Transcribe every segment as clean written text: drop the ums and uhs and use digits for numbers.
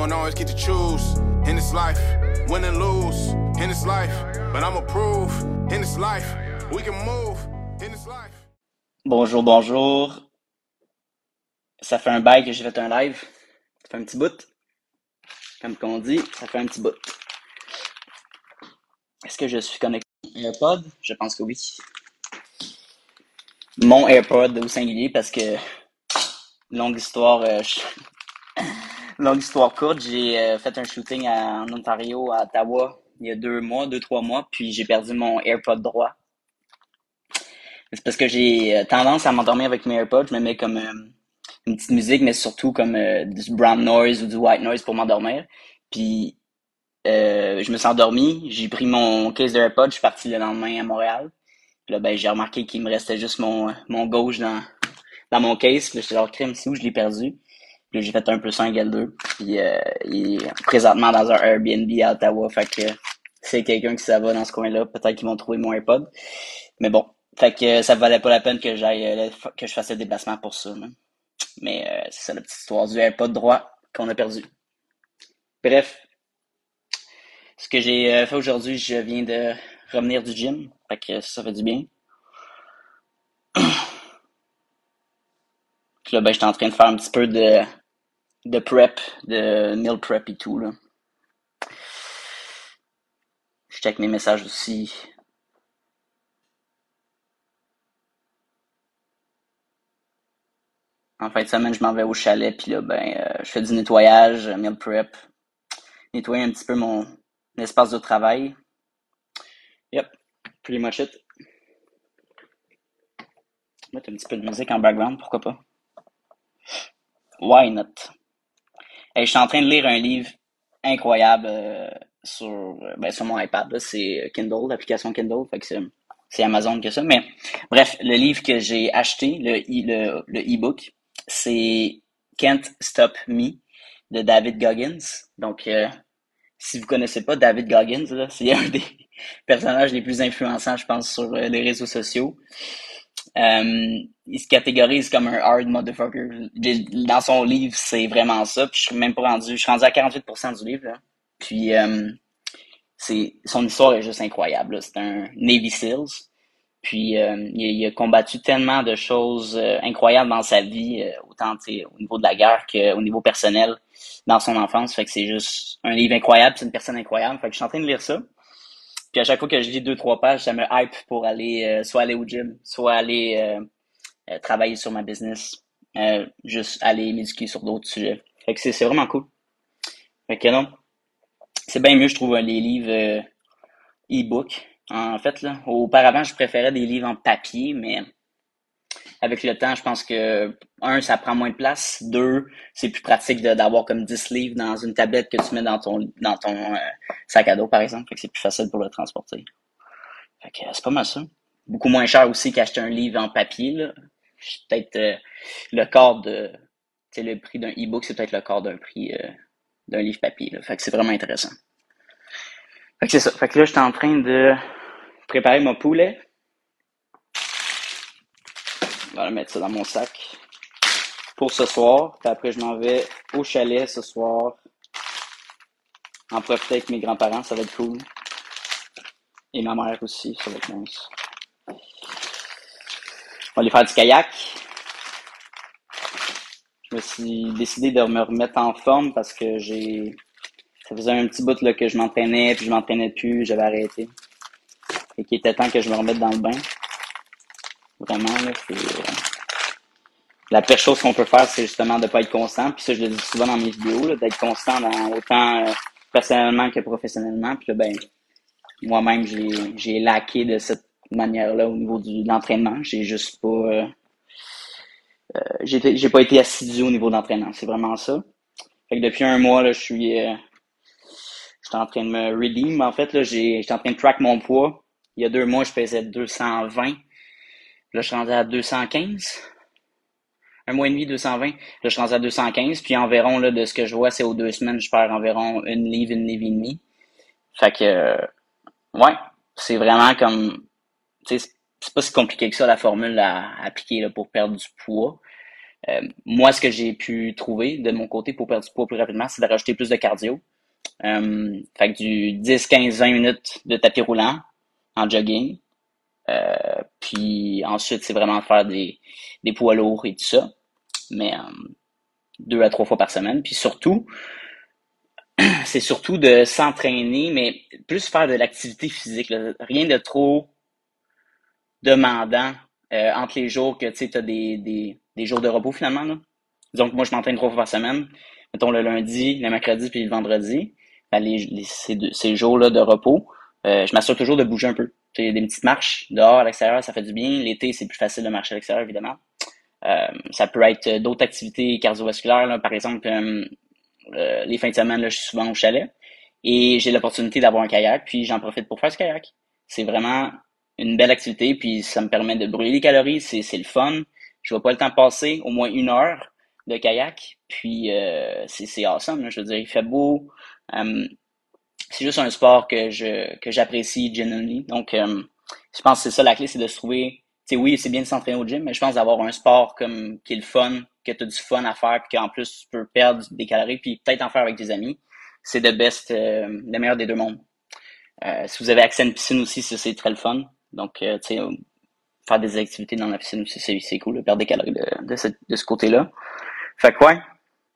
don't always get to choose in this life, win and lose in this life, but I'ma prove in this life, we can move in this life. Bonjour, bonjour. Ça fait un bail que j'ai fait un live. Ça fait un petit bout. Comme qu'on dit, ça fait un petit bout. Est-ce que je suis connecté à mon AirPod? Je pense que oui. Mon AirPod au singulier parce que longue histoire, longue histoire courte, j'ai fait un shooting en Ontario, à Ottawa, il y a 3 mois, puis j'ai perdu mon AirPod droit. C'est parce que j'ai tendance à m'endormir avec mes AirPods. Je me mets comme une petite musique, mais surtout comme du brown noise ou du white noise pour m'endormir. Puis je me suis endormi, j'ai pris mon case de AirPods, je suis parti le lendemain à Montréal. Puis là, ben j'ai remarqué qu'il me restait juste mon gauche dans mon case. Puis là, j'étais genre crème, c'est où je l'ai perdu. Puis là, j'ai fait 1 + 1 = 2. Puis il est présentement dans un Airbnb à Ottawa. Fait que c'est quelqu'un qui ça va dans ce coin-là, peut-être qu'ils vont trouver mon AirPod. Mais bon. Fait que ça valait pas la peine que que je fasse le déplacement pour ça. Là. Mais c'est ça la petite histoire du AirPod droit qu'on a perdu. Bref, ce que j'ai fait aujourd'hui, je viens de revenir du gym. Fait que ça fait du bien. Puis là, ben, j'étais en train de faire un petit peu de prep, de meal prep et tout, là. Je check mes messages aussi. En fin de semaine, je m'en vais au chalet, puis là, ben, je fais du nettoyage, meal prep. Nettoyer un petit peu mon espace de travail. Yep, pretty much it. Mettre un petit peu de musique en background, pourquoi pas? Why not? Hey, je suis en train de lire un livre incroyable sur mon iPad. Là, c'est Kindle, l'application Kindle. Fait que c'est Amazon que ça. Mais bref, le livre que j'ai acheté, le e-book, c'est Can't Stop Me de David Goggins. Donc, si vous connaissez pas David Goggins, là, c'est un des personnages les plus influençants, je pense, sur les réseaux sociaux. Il se catégorise comme un hard motherfucker. Dans son livre, c'est vraiment ça. Puis je suis même pas rendu. Je suis rendu à 48% du livre. Là. Puis son histoire est juste incroyable. Là. C'est un Navy Seals. Puis il a combattu tellement de choses incroyables dans sa vie, autant au niveau de la guerre qu'au niveau personnel dans son enfance. Fait que c'est juste un livre incroyable, c'est une personne incroyable. Fait que je suis en train de lire ça. Puis à chaque fois que je lis 2-3 pages, ça me hype pour aller soit aller au gym, soit aller travailler sur ma business, juste aller m'éduquer sur d'autres sujets. Fait que c'est vraiment cool. Fait que non, c'est bien mieux, je trouve, les livres e-book. En fait, là, auparavant, je préférais des livres en papier, mais avec le temps, je pense que, ça prend moins de place. 2, c'est plus pratique d'avoir comme 10 livres dans une tablette que tu mets dans ton sac à dos, par exemple. Fait que c'est plus facile pour le transporter. Fait que c'est pas mal ça. Beaucoup moins cher aussi qu'acheter un livre en papier, là. Peut-être le quart de... Tu sais, le prix d'un e-book, c'est peut-être le quart d'un prix d'un livre papier, là. Fait que c'est vraiment intéressant. Fait que c'est ça. Fait que là, j'étais en train de préparer mon poulet. Je vais mettre ça dans mon sac pour ce soir. Puis après, je m'en vais au chalet ce soir. En profiter avec mes grands-parents, ça va être cool. Et ma mère aussi, ça va être nice. On va aller faire du kayak. Je me suis décidé de me remettre en forme parce que ça faisait un petit bout là, que je m'entraînais, puis je m'entraînais plus, j'avais arrêté. Et qu'il était temps que je me remette dans le bain. Vraiment, là, la pire chose qu'on peut faire, c'est justement de ne pas être constant. Puis ça, je le dis souvent dans mes vidéos, là, d'être constant dans autant personnellement que professionnellement. Puis là, ben, moi-même, j'ai laqué de cette manière-là au niveau de l'entraînement. J'ai juste pas... j'ai pas été assidu au niveau d'entraînement. C'est vraiment ça. Fait que depuis 1 mois, là, j'étais en train de me redeem. En fait, là, j'étais en train de track mon poids. Il y a 2 mois, je pesais 220. Là, je suis rendu à 215. 1 mois et demi, 220. Là, je suis rendu à 215. Puis environ, là, de ce que je vois, c'est aux 2 semaines, je perds environ 1 livre et demie. Fait que, ouais, c'est vraiment comme, tu sais, c'est pas si compliqué que ça, la formule à appliquer là, pour perdre du poids. Moi, ce que j'ai pu trouver de mon côté pour perdre du poids plus rapidement, c'est de rajouter plus de cardio. Fait que du 10, 15, 20 minutes de tapis roulant en jogging. Puis ensuite, c'est vraiment faire des poids lourds et tout ça. Mais 2 à 3 fois par semaine. Puis surtout, c'est surtout de s'entraîner, mais plus faire de l'activité physique, là. Rien de trop demandant entre les jours que tu sais, as des jours de repos finalement. Là. Donc moi, je m'entraîne 3 fois par semaine. Mettons le lundi, le mercredi puis le vendredi. Ben, ces jours-là de repos, je m'assure toujours de bouger un peu. Tu sais, des petites marches dehors à l'extérieur, ça fait du bien. L'été, c'est plus facile de marcher à l'extérieur, évidemment. Ça peut être d'autres activités cardiovasculaires, là, par exemple, les fins de semaine, là, je suis souvent au chalet et j'ai l'opportunité d'avoir un kayak, puis j'en profite pour faire ce kayak. C'est vraiment une belle activité, puis ça me permet de brûler des calories, c'est le fun. Je vois pas le temps passer, au moins 1 heure de kayak, puis c'est awesome, là, je veux dire, il fait beau. Euh, c'est juste un sport que j'apprécie genuinely. Donc, je pense que c'est ça la clé, c'est de se trouver. Tu sais, oui, c'est bien de s'entraîner au gym, mais je pense d'avoir un sport comme qui est le fun, que tu as du fun à faire, puis qu'en plus tu peux perdre des calories, puis peut-être en faire avec des amis. C'est le meilleur des deux mondes. Si vous avez accès à une piscine aussi, c'est très le fun. Donc, tu sais, faire des activités dans la piscine aussi, c'est cool, de perdre des calories de ce côté-là. Fait que ouais,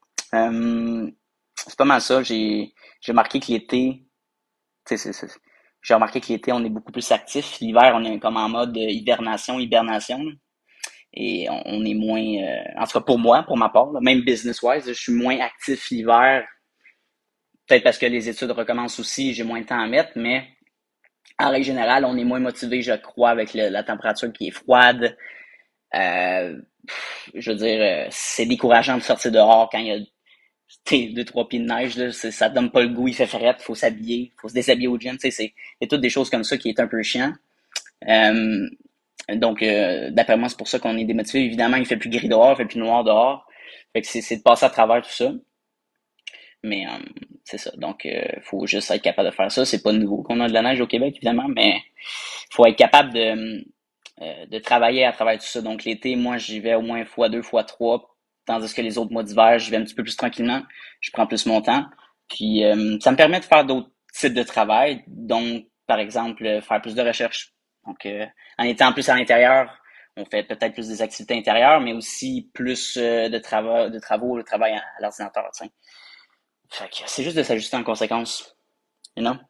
c'est pas mal ça. J'ai remarqué que l'été, tu sais, j'ai remarqué que l'été, on est beaucoup plus actif. L'hiver, on est comme en mode hibernation. Et on est moins, en tout cas pour moi, pour ma part, là, même business-wise, je suis moins actif l'hiver. Peut-être parce que les études recommencent aussi, j'ai moins de temps à mettre, mais en règle générale, on est moins motivé, je crois, avec la température qui est froide. Euh, je veux dire, c'est décourageant de sortir dehors quand il y a 2, 3 pieds de neige, là, ça te donne pas le goût, il fait frais, faut s'habiller, faut se déshabiller au gym, tu sais, c'est toutes des choses comme ça qui est un peu chiant. Euh, donc, d'après moi, c'est pour ça qu'on est démotivé. Évidemment, il fait plus gris dehors, il fait plus noir dehors. Fait que c'est de passer à travers tout ça. Mais c'est ça. Donc, faut juste être capable de faire ça. C'est pas nouveau qu'on a de la neige au Québec, évidemment, mais faut être capable de travailler à travers tout ça. Donc, l'été, moi, j'y vais au moins 1 fois 2 fois 3, tandis que les autres mois d'hiver, j'y vais un petit peu plus tranquillement. Je prends plus mon temps. Puis, ça me permet de faire d'autres types de travail. Donc, par exemple, faire plus de recherche. Donc, en étant plus à l'intérieur, on fait peut-être plus des activités intérieures, mais aussi plus de travaux, le travail à l'ordinateur, tu sais. Fait que c'est juste de s'ajuster en conséquence, you know?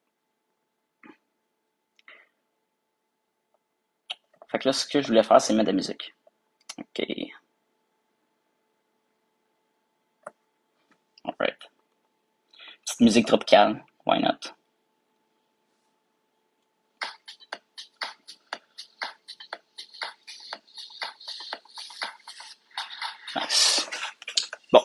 Fait que là, ce que je voulais faire, c'est mettre de la musique. OK. Alright. Petite musique tropicale. Why not? Nice. Bon.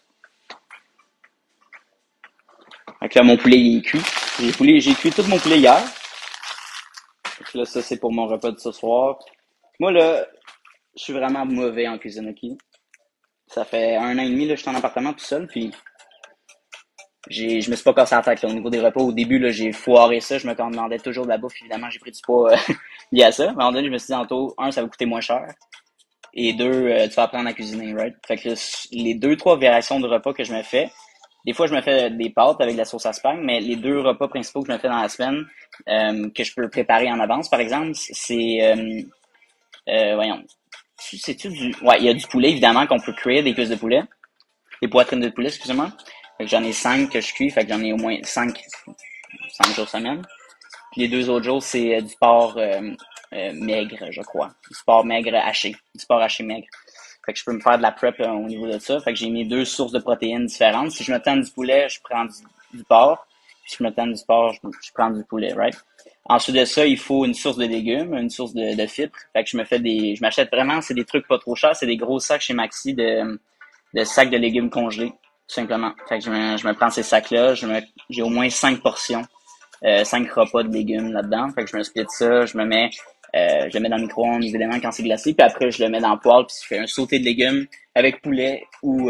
Fait que là, mon poulet, il est cuit. J'ai cuit tout mon poulet hier. Fait que là, ça, c'est pour mon repas de ce soir. Moi, là, je suis vraiment mauvais en cuisine, OK? Ça fait 1 an et demi, là, je suis en appartement tout seul, puis je me suis pas cassé la tête, là, au niveau des repas. Au début, là, j'ai foiré ça. Je me demandais toujours de la bouffe. Évidemment, j'ai pris du poids lié à ça. Mais à un moment donné, je me suis dit, tantôt, ça va coûter moins cher. Et deux, tu vas apprendre à cuisiner, right? Fait que les 2, 3 variations de repas que je me fais, des fois, je me fais des pâtes avec de la sauce à spag, mais les 2 repas principaux que je me fais dans la semaine, que je peux préparer en avance, par exemple, c'est, voyons, c'est-tu ouais, il y a du poulet, évidemment, qu'on peut cuire, des cuisses de poulet, des poitrines de poulet, excusez-moi. Fait que j'en ai 5 que je cuis, fait que j'en ai au moins 5 jours semaine. Puis les 2 autres jours, c'est du porc maigre, je crois. Du porc maigre haché. Du porc haché maigre. Fait que je peux me faire de la prep au niveau de ça. Fait que j'ai mes 2 sources de protéines différentes. Si je me tente du poulet, je prends du porc. Puis si je me tente du porc, je prends du poulet, right? Ensuite de ça, il faut une source de légumes, une source de fibres. Fait que je m'achète vraiment, c'est des trucs pas trop chers. C'est des gros sacs chez Maxi de sacs de légumes congelés, tout simplement. Fait que je me prends ces sacs-là. J'ai au moins 5 portions 5 repas de légumes là-dedans. Fait que je me split ça, je le mets dans le micro-ondes, évidemment, quand c'est glacé, puis après, je le mets dans le poêle, puis je fais un sauté de légumes avec poulet ou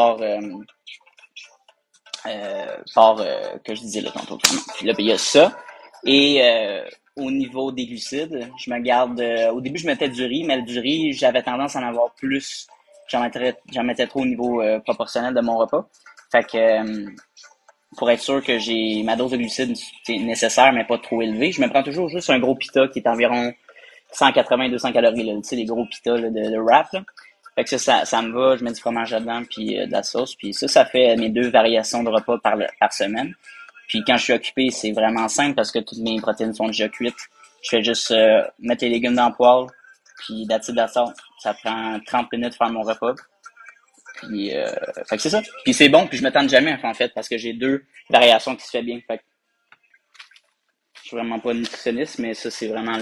porc que je disais là tantôt. Puis là, ben, il y a ça. Et au niveau des glucides, je me garde... au début, je mettais du riz, mais du riz, j'avais tendance à en avoir plus. j'en mettais trop au niveau proportionnel de mon repas. Fait que pour être sûr que j'ai ma dose de glucides nécessaire, mais pas trop élevée, je me prends toujours juste un gros pita qui est environ 180-200 calories, là, tu sais, les gros pitas là, de wrap. Là. Fait que ça me va, je mets du fromage dedans, puis de la sauce. Puis ça fait mes 2 variations de repas par semaine. Puis quand je suis occupé, c'est vraiment simple parce que toutes mes protéines sont déjà cuites. Je fais juste mettre les légumes dans le poêle, puis that's it, that's all. Ça prend 30 minutes de faire mon repas. Puis, fait que c'est ça. Puis c'est bon, puis je me tente jamais en fait, parce que j'ai 2 variations qui se fait bien. Fait que je suis vraiment pas nutritionniste, mais ça c'est vraiment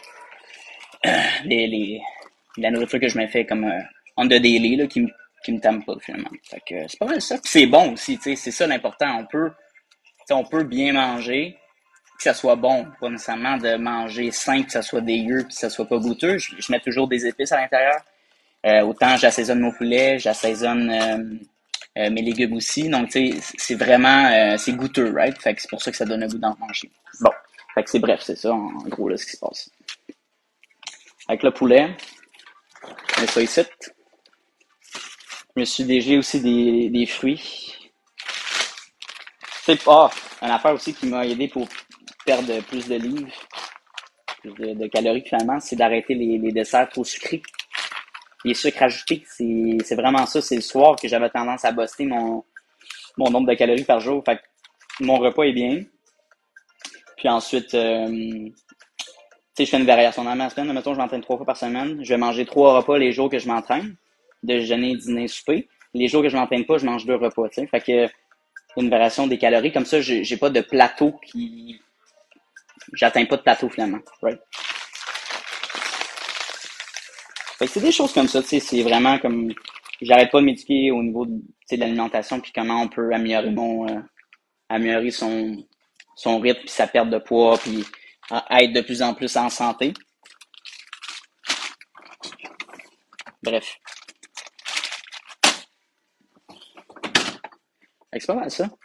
la nourriture que je me fais comme on the daily là, qui me tame pas finalement. Fait que c'est pas mal ça. Puis c'est bon aussi, tu sais, c'est ça l'important. On peut bien manger, que ça soit bon, pas nécessairement de manger sain, que ça soit dégueu, puis que ça soit pas goûteux. Je mets toujours des épices à l'intérieur. Autant j'assaisonne mon poulet, j'assaisonne mes légumes aussi. Donc, tu sais, c'est vraiment, c'est goûteux, right? Fait que c'est pour ça que ça donne le goût d'en manger. Bon. Fait que c'est bref, c'est ça, en gros, là, ce qui se passe. Avec le poulet, je mets ça ici. Je me suis dégé aussi des fruits. C'est une affaire aussi qui m'a aidé pour perdre plus de livres, plus de calories finalement, c'est d'arrêter les desserts trop sucrés. Les sucres ajoutés, c'est vraiment ça. C'est le soir que j'avais tendance à buster mon nombre de calories par jour. Fait que mon repas est bien. Puis ensuite, tu sais, je fais une variation dans ma semaine. Mettons, je m'entraîne 3 fois par semaine. Je vais manger 3 repas les jours que je m'entraîne. Déjeuner, dîner, souper. Les jours que je m'entraîne pas, je mange 2 repas, tu sais. Fait que une variation des calories. Comme ça, j'ai pas de plateau j'atteins pas de plateau finalement. Right? Fait que c'est des choses comme ça, tu sais, c'est vraiment comme, j'arrête pas de m'éduquer au niveau de, tu sais, de l'alimentation puis comment on peut améliorer améliorer son rythme puis sa perte de poids puis être de plus en plus en santé. Bref. Fait que c'est pas mal ça.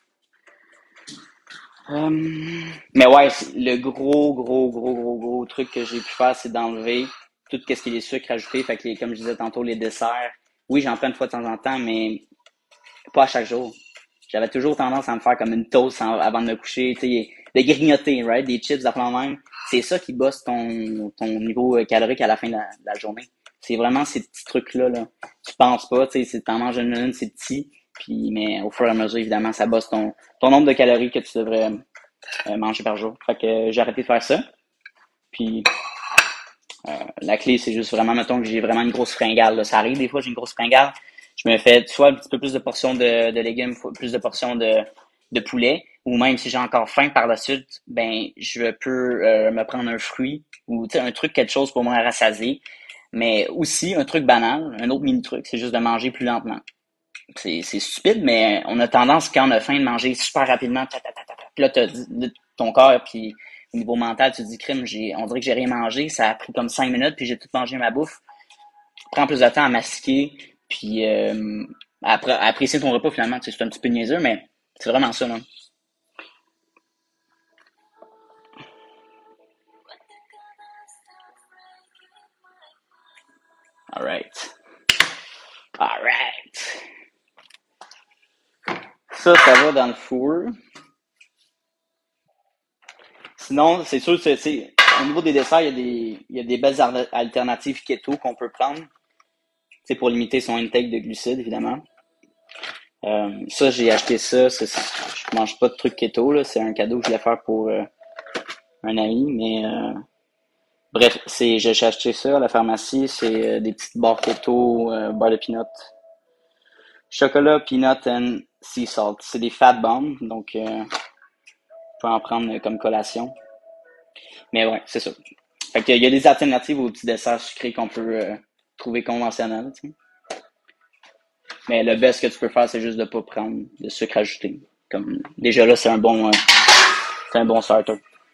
Mais ouais, le gros truc que j'ai pu faire, c'est d'enlever tout ce qui est les sucres ajoutés. Fait que, comme je disais tantôt, les desserts. Oui, j'en prends une fois de temps en temps, mais pas à chaque jour. J'avais toujours tendance à me faire comme une toast avant de me coucher, tu sais, de grignoter, right? Des chips à la même. C'est ça qui bosse ton niveau calorique à la fin de la journée. C'est vraiment ces petits trucs-là, là. Tu penses pas, tu sais, t'en manges une, c'est petit. Puis, mais au fur et à mesure, évidemment, ça bosse ton nombre de calories que tu devrais manger par jour. Fait que j'ai arrêté de faire ça. Puis la clé, c'est juste vraiment, mettons que j'ai vraiment une grosse fringale. Là. Ça arrive des fois, j'ai une grosse fringale. Je me fais soit un petit peu plus de portions de légumes, plus de portions de poulet, ou même si j'ai encore faim par la suite, ben je peux me prendre un fruit ou un truc, quelque chose pour me rassasier. Mais aussi, un truc banal, un autre mini-truc, c'est juste de manger plus lentement. C'est stupide, mais on a tendance, quand on a faim, de manger super rapidement. Puis là, ton corps, puis au niveau mental, tu te dis, crime, on dirait que j'ai rien mangé. Ça a pris comme 5 minutes, puis j'ai tout mangé ma bouffe. Prends plus de temps à mastiquer, puis à apprécier ton repas, finalement. C'est un petit peu niaiseux, mais c'est vraiment ça, là. Alright. Alright. Ça va dans le four. Sinon, c'est sûr que au niveau des desserts, il y a des belles alternatives keto qu'on peut prendre. C'est pour limiter son intake de glucides, évidemment. Ça, j'ai acheté ça. Je mange pas de trucs keto, là. C'est un cadeau que je voulais faire pour un ami, mais bref, j'ai acheté ça à la pharmacie. C'est des petites barres keto, barres de peanut. Chocolat, peanut and sea salt. C'est des fat bombs, donc on peut en prendre comme collation. Mais ouais, c'est ça. Fait qu'il y a des alternatives aux petits desserts sucrés qu'on peut trouver conventionnels, tu sais. Mais le best que tu peux faire, c'est juste de pas prendre de sucre ajouté. Comme déjà là, c'est un bon starter.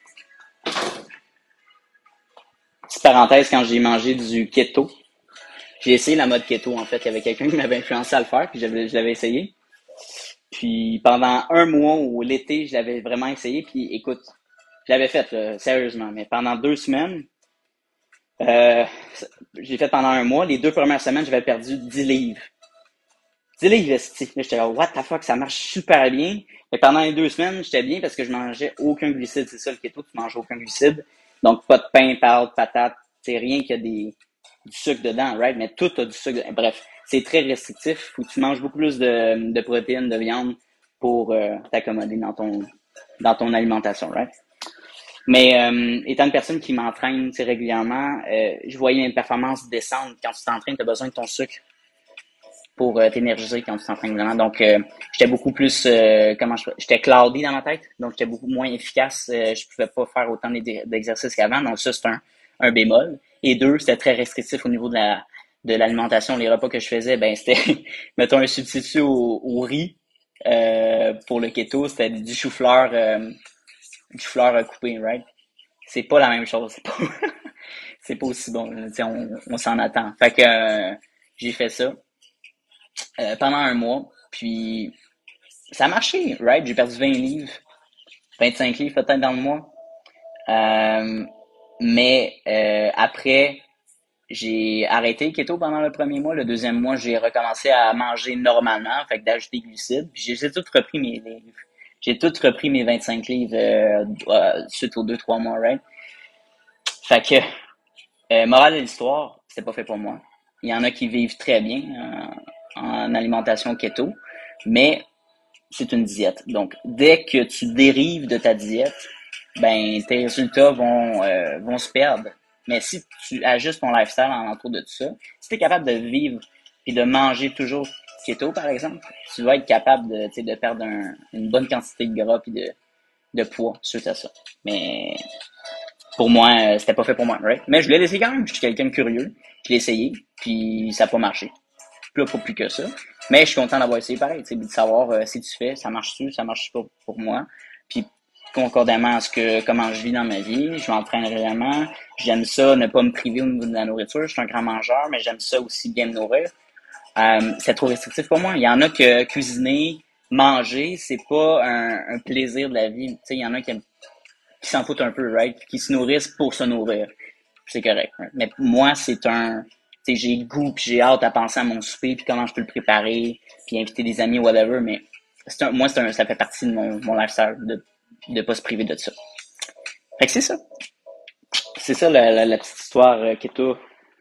Petite parenthèse, quand j'ai mangé du keto, j'ai essayé la mode keto en fait. Il y avait quelqu'un qui m'avait influencé à le faire, puis je l'avais essayé. Puis pendant un mois ou l'été, je l'avais vraiment essayé. Puis écoute, je l'avais fait là, sérieusement, mais pendant 2 semaines, j'ai fait pendant un mois. Les 2 premières semaines, j'avais perdu 10 livres. 10 livres, esti. Là, j'étais là, what the fuck, ça marche super bien. Et pendant les 2 semaines, j'étais bien parce que je mangeais aucun glucide. C'est ça le keto, tu manges aucun glucide. Donc, pas de pain, pâtes, patates. C'est rien qu'il y a du sucre dedans, right? Mais tout a du sucre dedans. Bref, c'est très restrictif. Faut que tu manges beaucoup plus de protéines, de viande pour t'accommoder dans ton alimentation, right? Mais étant une personne qui m'entraîne régulièrement, je voyais une performance descendre. Quand tu t'entraînes, tu as besoin de ton sucre pour t'énergiser quand tu t'entraînes vraiment. Donc, j'étais beaucoup plus, j'étais cloudy dans ma tête, donc j'étais beaucoup moins efficace. Je pouvais pas faire autant d'exercices qu'avant, donc ça, c'est un bémol. Et 2, c'était très restrictif au niveau de l'alimentation. Les repas que je faisais, ben c'était, mettons, un substitut au riz pour le keto, c'était du chou-fleur coupé, right? C'est pas la même chose, c'est pas aussi bon, on s'en attend. Fait que j'ai fait ça pendant un mois, puis ça a marché, right? J'ai perdu 20 livres, 25 livres peut-être dans le mois. Mais après, j'ai arrêté le keto pendant le premier mois. Le deuxième mois, j'ai recommencé à manger normalement, fait que d'ajouter des glucides. Puis j'ai tout repris mes livres. J'ai tout repris mes 25 livres suite aux 2-3 mois, right? Fait que, morale de l'histoire, c'est pas fait pour moi. Il y en a qui vivent très bien en alimentation keto, mais c'est une diète. Donc, dès que tu dérives de ta diète, ben tes résultats vont se perdre. Mais si tu ajustes ton lifestyle en entour de tout ça, si tu es capable de vivre et de manger toujours keto, par exemple, tu vas être capable de perdre une bonne quantité de gras et de poids suite à ça. Mais pour moi, c'était pas fait pour moi, right? Mais je l'ai laissé quand même. Je suis quelqu'un de curieux. Je l'ai essayé, puis ça n'a pas marché. Puis là, pas plus que ça. Mais je suis content d'avoir essayé pareil, tu sais, de savoir si tu fais, ça marche-tu, ça marche pas pour moi. Puis concordamment à comment je vis dans ma vie, je m'entraîne réellement. J'aime ça, ne pas me priver au niveau de la nourriture. Je suis un grand mangeur, mais j'aime ça aussi bien me nourrir. C'est trop restrictif pour moi. Il y en a que cuisiner, manger, c'est pas un plaisir de la vie. Tu sais, il y en a qui s'en foutent un peu, right? Qui se nourrissent pour se nourrir. C'est correct. Right? Mais moi, tu sais, j'ai le goût puis j'ai hâte à penser à mon souper puis comment je peux le préparer puis inviter des amis, whatever. Mais ça fait partie de mon lifestyle de pas se priver de ça. Fait que c'est ça. C'est ça la petite histoire keto.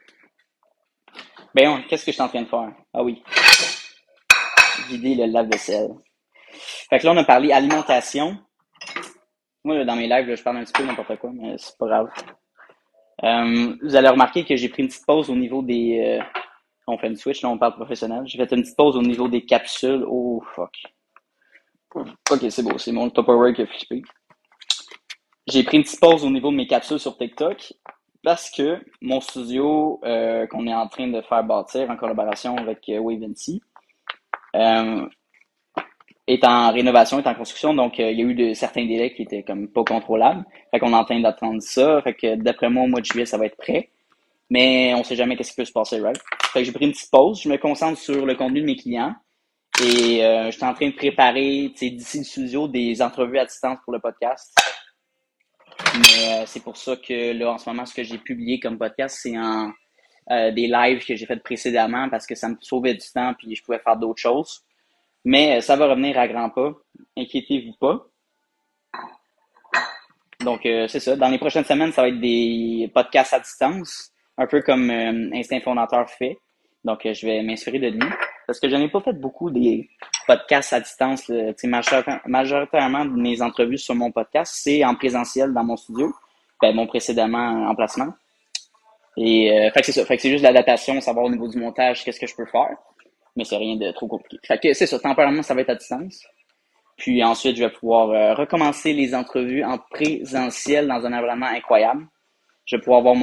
Ben, qu'est-ce que je suis en train de faire? Ah oui. Vider le lave-vaisselle. Fait que là, on a parlé alimentation. Moi, là, dans mes lives, là, je parle un petit peu n'importe quoi, mais c'est pas grave. Vous allez remarquer que j'ai pris une petite pause au niveau des... on fait une switch, là, on parle professionnel. J'ai fait une petite pause au niveau des capsules. Oh, fuck. Ok, c'est beau, c'est mon Tupperware qui a flippé. J'ai pris une petite pause au niveau de mes capsules sur TikTok parce que mon studio qu'on est en train de faire bâtir en collaboration avec Wavency est en rénovation, est en construction, donc il y a eu certains délais qui étaient comme pas contrôlables. Fait qu'on est en train d'attendre ça. Fait que d'après moi, au mois de juillet, ça va être prêt. Mais on sait jamais qu'est-ce qui peut se passer, right? Fait que j'ai pris une petite pause. Je me concentre sur le contenu de mes clients. Et je suis en train de préparer, d'ici le studio, des entrevues à distance pour le podcast. Mais c'est pour ça que là, en ce moment, ce que j'ai publié comme podcast, c'est des lives que j'ai fait précédemment parce que ça me sauvait du temps puis je pouvais faire d'autres choses. Mais ça va revenir à grands pas. Inquiétez-vous pas. Donc, c'est ça. Dans les prochaines semaines, ça va être des podcasts à distance, un peu comme Instinct Fondateur fait. Donc, je vais m'inspirer de lui. Parce que je n'ai pas fait beaucoup des podcasts à distance. Majoritairement de mes entrevues sur mon podcast, c'est en présentiel dans mon studio. Mon précédemment emplacement. Et fait que c'est ça. Fait que c'est juste l'adaptation, savoir au niveau du montage qu'est-ce que je peux faire. Mais c'est rien de trop compliqué. Fait que c'est ça. Temporairement, ça va être à distance. Puis ensuite, je vais pouvoir recommencer les entrevues en présentiel dans un environnement incroyable. Je vais pouvoir avoir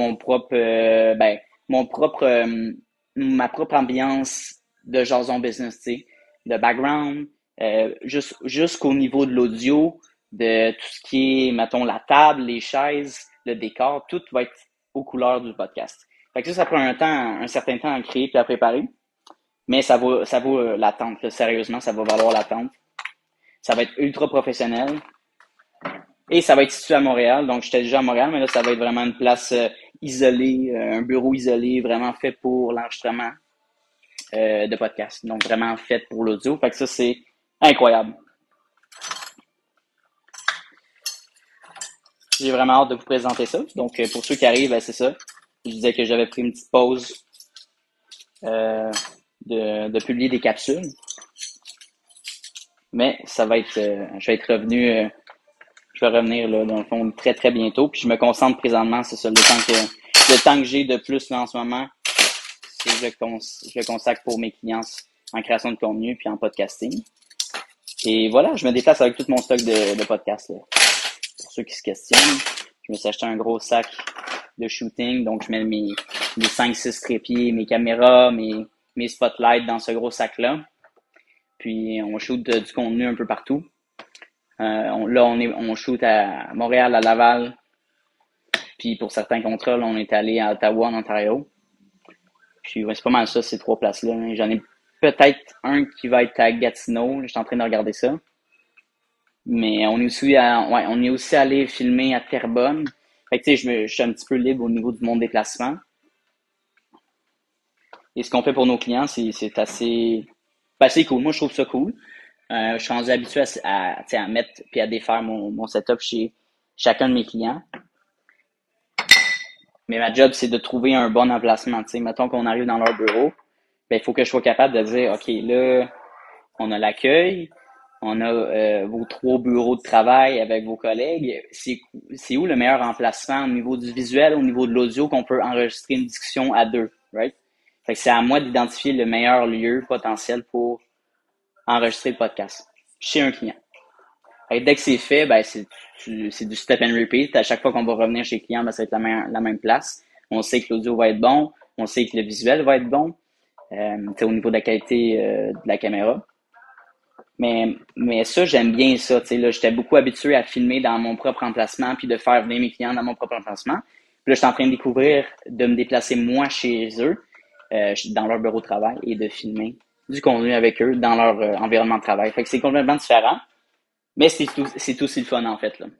ma propre ambiance de jason business, tu sais, de background, jusqu'au niveau de l'audio, de tout ce qui est, mettons, la table, les chaises, le décor, tout va être aux couleurs du podcast. Fait que ça prend un certain temps à créer puis à préparer, mais ça vaut l'attente. Sérieusement, ça va valoir l'attente. Ça va être ultra professionnel. Et ça va être situé à Montréal. Donc, j'étais déjà à Montréal, mais là, ça va être vraiment une place isolée, un bureau isolé, vraiment fait pour l'enregistrement de podcast. Donc, vraiment fait pour l'audio. Fait que ça, c'est incroyable. J'ai vraiment hâte de vous présenter ça. Donc, pour ceux qui arrivent, ben, c'est ça. Je disais que j'avais pris une petite pause euh, de publier des capsules. Mais ça va être, je vais être revenu, je vais revenir là, dans le fond très très bientôt. Puis je me concentre présentement, c'est ça, le temps que j'ai de plus là en ce moment, c'est que je le consacre pour mes clients en création de contenu puis en podcasting. Et voilà, je me déplace avec tout mon stock de podcasts. Là. Pour ceux qui se questionnent, je me suis acheté un gros sac de shooting, donc je mets mes 5-6 trépieds, mes caméras, mes spotlights dans ce gros sac-là. Puis on shoot du contenu un peu partout. On shoot à Montréal, à Laval. Puis pour certains contrats, là, on est allé à Ottawa, en Ontario. Puis ouais, c'est pas mal ça, ces 3 places-là. J'en ai peut-être un qui va être à Gatineau. Je suis en train de regarder ça. Mais on est aussi allé filmer à Terrebonne. Fait que tu sais, je suis un petit peu libre au niveau de mon déplacement. Et ce qu'on fait pour nos clients, c'est assez cool. Moi, je trouve ça cool. Je suis rendu habitué à mettre puis à défaire mon setup chez chacun de mes clients. Mais ma job, c'est de trouver un bon emplacement. T'sais. Mettons qu'on arrive dans leur bureau, ben, il faut que je sois capable de dire, OK, là, on a l'accueil, on a vos 3 bureaux de travail avec vos collègues. C'est où le meilleur emplacement au niveau du visuel, au niveau de l'audio, qu'on peut enregistrer une discussion à 2, right? Fait que c'est à moi d'identifier le meilleur lieu potentiel pour enregistrer le podcast chez un client. Et dès que c'est fait, ben c'est du step and repeat. À chaque fois qu'on va revenir chez le client, ben, ça va être la même place. On sait que l'audio va être bon, on sait que le visuel va être bon, au niveau de la qualité de la caméra. Mais ça, j'aime bien ça. Là, j'étais beaucoup habitué à filmer dans mon propre emplacement puis de faire venir mes clients dans mon propre emplacement. Puis là, je suis en train de découvrir, de me déplacer moi chez eux, dans leur bureau de travail et de filmer du contenu avec eux dans leur environnement de travail. Fait que c'est complètement différent. Mais c'est aussi le fun, en fait, là.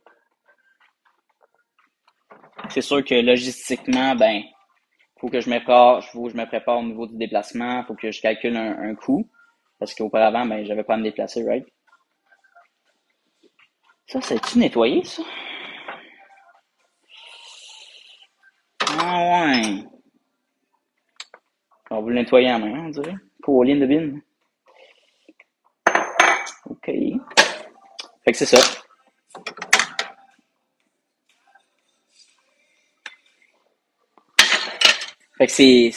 C'est sûr que logistiquement, ben, faut que je me prépare au niveau du déplacement, faut que je calcule un coût. Parce qu'auparavant, ben, j'avais pas à me déplacer, right? Ça, c'est-tu nettoyé, ça? Ah ouais. On va le nettoyer en main, on dirait. Pauline de bin. OK. Fait que c'est ça. Fait que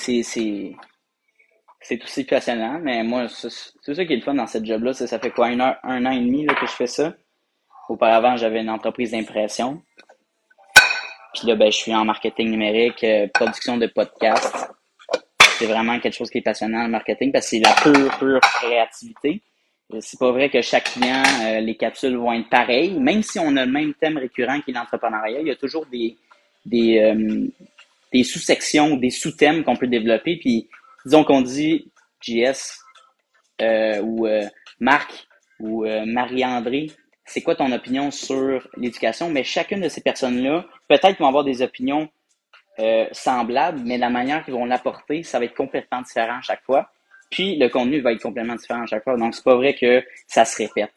c'est aussi passionnant, mais moi, c'est ça qui est le fun dans cette job-là. Ça fait quoi, un an et demi là, que je fais ça. Auparavant, j'avais une entreprise d'impression. Puis là, ben, je suis en marketing numérique, production de podcasts. C'est vraiment quelque chose qui est passionnant, le marketing, parce que c'est la pure créativité. C'est pas vrai que chaque client, les capsules vont être pareilles. Même si on a le même thème récurrent qui est l'entrepreneuriat, il y a toujours des, euh, des sous-sections, des sous-thèmes qu'on peut développer. Puis, disons qu'on dit JS ou Marc ou Marie-André, c'est quoi ton opinion sur l'éducation? Mais chacune de ces personnes-là, peut-être qu'ils vont avoir des opinions semblables, mais la manière qu'ils vont l'apporter, ça va être complètement différent à chaque fois. Puis le contenu va être complètement différent à chaque fois. Donc, c'est pas vrai que ça se répète.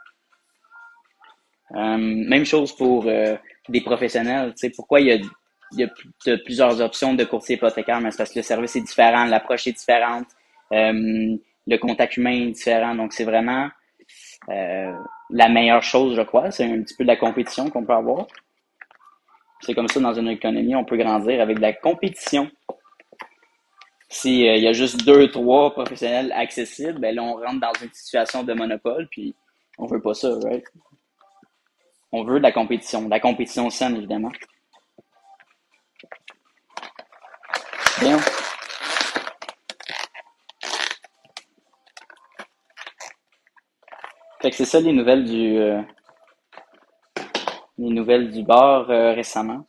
Même chose pour des professionnels. Tu sais, pourquoi il y a plusieurs options de courtier hypothécaire, mais c'est parce que le service est différent, l'approche est différente, le contact humain est différent. Donc, c'est vraiment la meilleure chose, je crois. C'est un petit peu de la compétition qu'on peut avoir. C'est comme ça, dans une économie, on peut grandir avec de la compétition. Si il y a juste 2, 3 professionnels accessibles, ben là, on rentre dans une situation de monopole, puis on veut pas ça, right? On veut de la compétition saine, évidemment. Bien. Fait que c'est ça les nouvelles du bar récemment.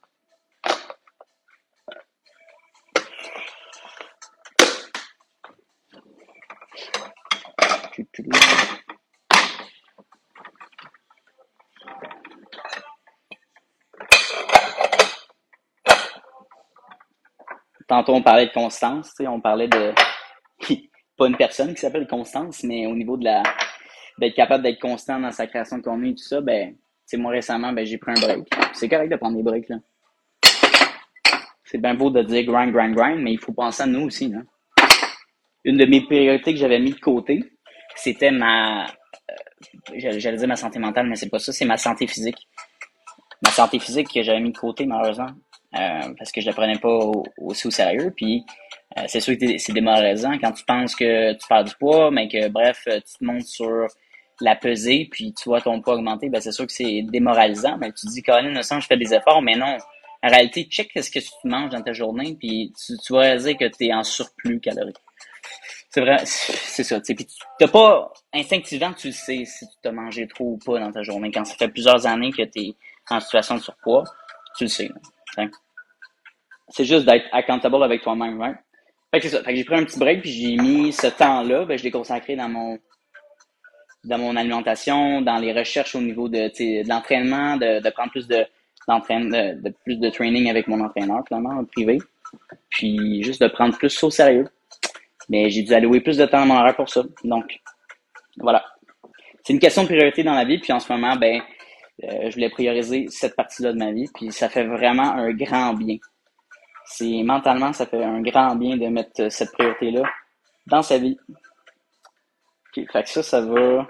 tantôt on parlait de constance, tu sais, on parlait de pas une personne qui s'appelle Constance, mais au niveau d'être capable d'être constant dans sa création de contenu et tout ça, ben, tu sais, moi récemment, ben, j'ai pris un break. C'est correct de prendre des breaks, là. C'est bien beau de dire grind, grind, grind, mais il faut penser à nous aussi, là. Une de mes priorités que j'avais mis de côté, c'était j'allais dire ma santé mentale, mais c'est pas ça, c'est ma santé physique. Ma santé physique que j'avais mis de côté, malheureusement, parce que je la prenais pas aussi au sérieux. Puis, c'est sûr que c'est démoralisant quand tu penses que tu perds du poids, mais que, bref, tu te montes sur la pesée, puis tu vois ton poids augmenter, ben c'est sûr que c'est démoralisant. Mais tu te dis, Colin, innocent, je fais des efforts, mais non. En réalité, check ce que tu manges dans ta journée, puis tu vas réaliser que tu es en surplus calorique. C'est vrai, c'est ça. Puis t'as pas, instinctivement, tu le sais si tu t'as mangé trop ou pas dans ta journée. Quand ça fait plusieurs années que tu es en situation de surpoids, tu le sais. Là. C'est juste d'être accountable avec toi-même, right? Fait que c'est ça. Fait que j'ai pris un petit break puis j'ai mis ce temps-là, ben, je l'ai consacré dans mon alimentation, dans les recherches au niveau de l'entraînement, de prendre plus de plus de training avec mon entraîneur, finalement, privé. Puis juste de prendre plus ça au sérieux. Mais j'ai dû allouer plus de temps à mon horaire pour ça. Donc, voilà. C'est une question de priorité dans la vie. Puis en ce moment, ben, je voulais prioriser cette partie-là de ma vie. Puis ça fait vraiment un grand bien. Mentalement, ça fait un grand bien de mettre cette priorité-là dans sa vie. Okay, fait que ça va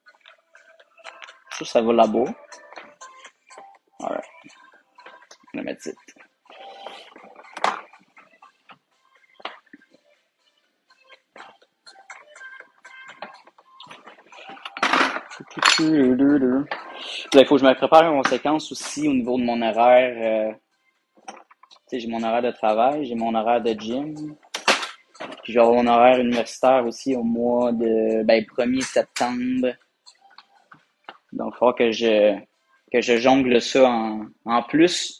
là-bas. Alright. On va mettre ça. Il faut que je me prépare en conséquence aussi au niveau de mon horaire. J'ai mon horaire de travail, j'ai mon horaire de gym. Puis je vais avoir mon horaire universitaire aussi au mois de 1er septembre. Donc il va falloir que je jongle ça en plus.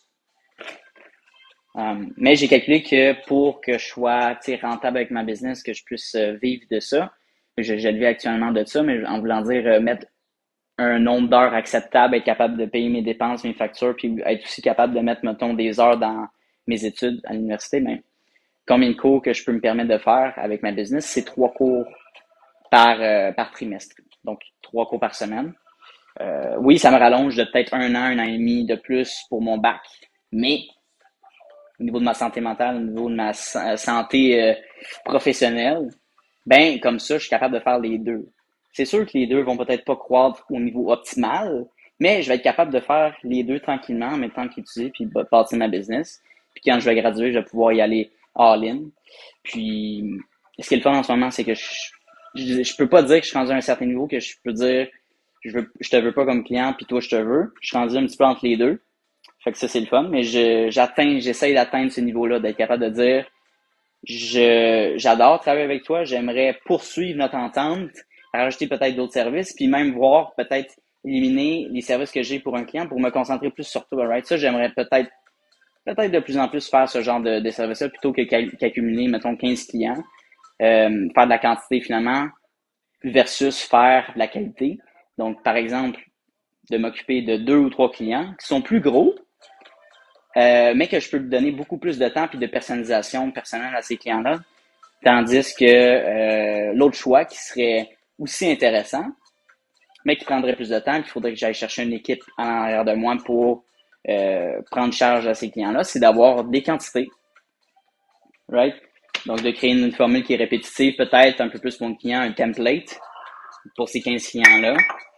Mais j'ai calculé que pour que je sois rentable avec ma business, que je puisse vivre de ça, je le vis actuellement de ça, mais en voulant dire mettre un nombre d'heures acceptable, être capable de payer mes dépenses, mes factures, puis être aussi capable de mettre, mettons, des heures dans mes études à l'université, mais combien de cours que je peux me permettre de faire avec ma business, c'est 3 cours par trimestre. Donc, 3 cours par semaine. Oui, ça me rallonge de peut-être un an et demi de plus pour mon bac, mais au niveau de ma santé mentale, au niveau de ma santé professionnelle, ben comme ça, je suis capable de faire les deux. C'est sûr que les deux vont peut-être pas croître au niveau optimal, mais je vais être capable de faire les deux tranquillement en même temps qu'étudier puis bâtir ma business. Puis quand je vais graduer, je vais pouvoir y aller all-in. Puis ce qui est le fun en ce moment, c'est que je peux pas dire que je suis rendu à un certain niveau, que je peux dire je te veux pas comme client puis toi je te veux. Je suis rendu un petit peu entre les deux. Fait que ça c'est le fun, mais j'essaye d'atteindre ce niveau-là, d'être capable de dire j'adore travailler avec toi, j'aimerais poursuivre notre entente, rajouter peut-être d'autres services, puis même voir peut-être éliminer les services que j'ai pour un client pour me concentrer plus sur toi, right? Ça, j'aimerais peut-être de plus en plus faire ce genre de services-là plutôt que qu'accumuler, mettons, 15 clients, faire de la quantité finalement versus faire de la qualité. Donc, par exemple, de m'occuper de 2 ou 3 clients qui sont plus gros, mais que je peux donner beaucoup plus de temps et de personnalisation personnelle à ces clients-là. Tandis que l'autre choix qui serait aussi intéressant, mais qui prendrait plus de temps, qu'il faudrait que j'aille chercher une équipe en arrière de moi pour prendre charge à ces clients-là, c'est d'avoir des quantités. Right? Donc, de créer une formule qui est répétitive, peut-être un peu plus pour mon client, un template pour ces 15 clients-là.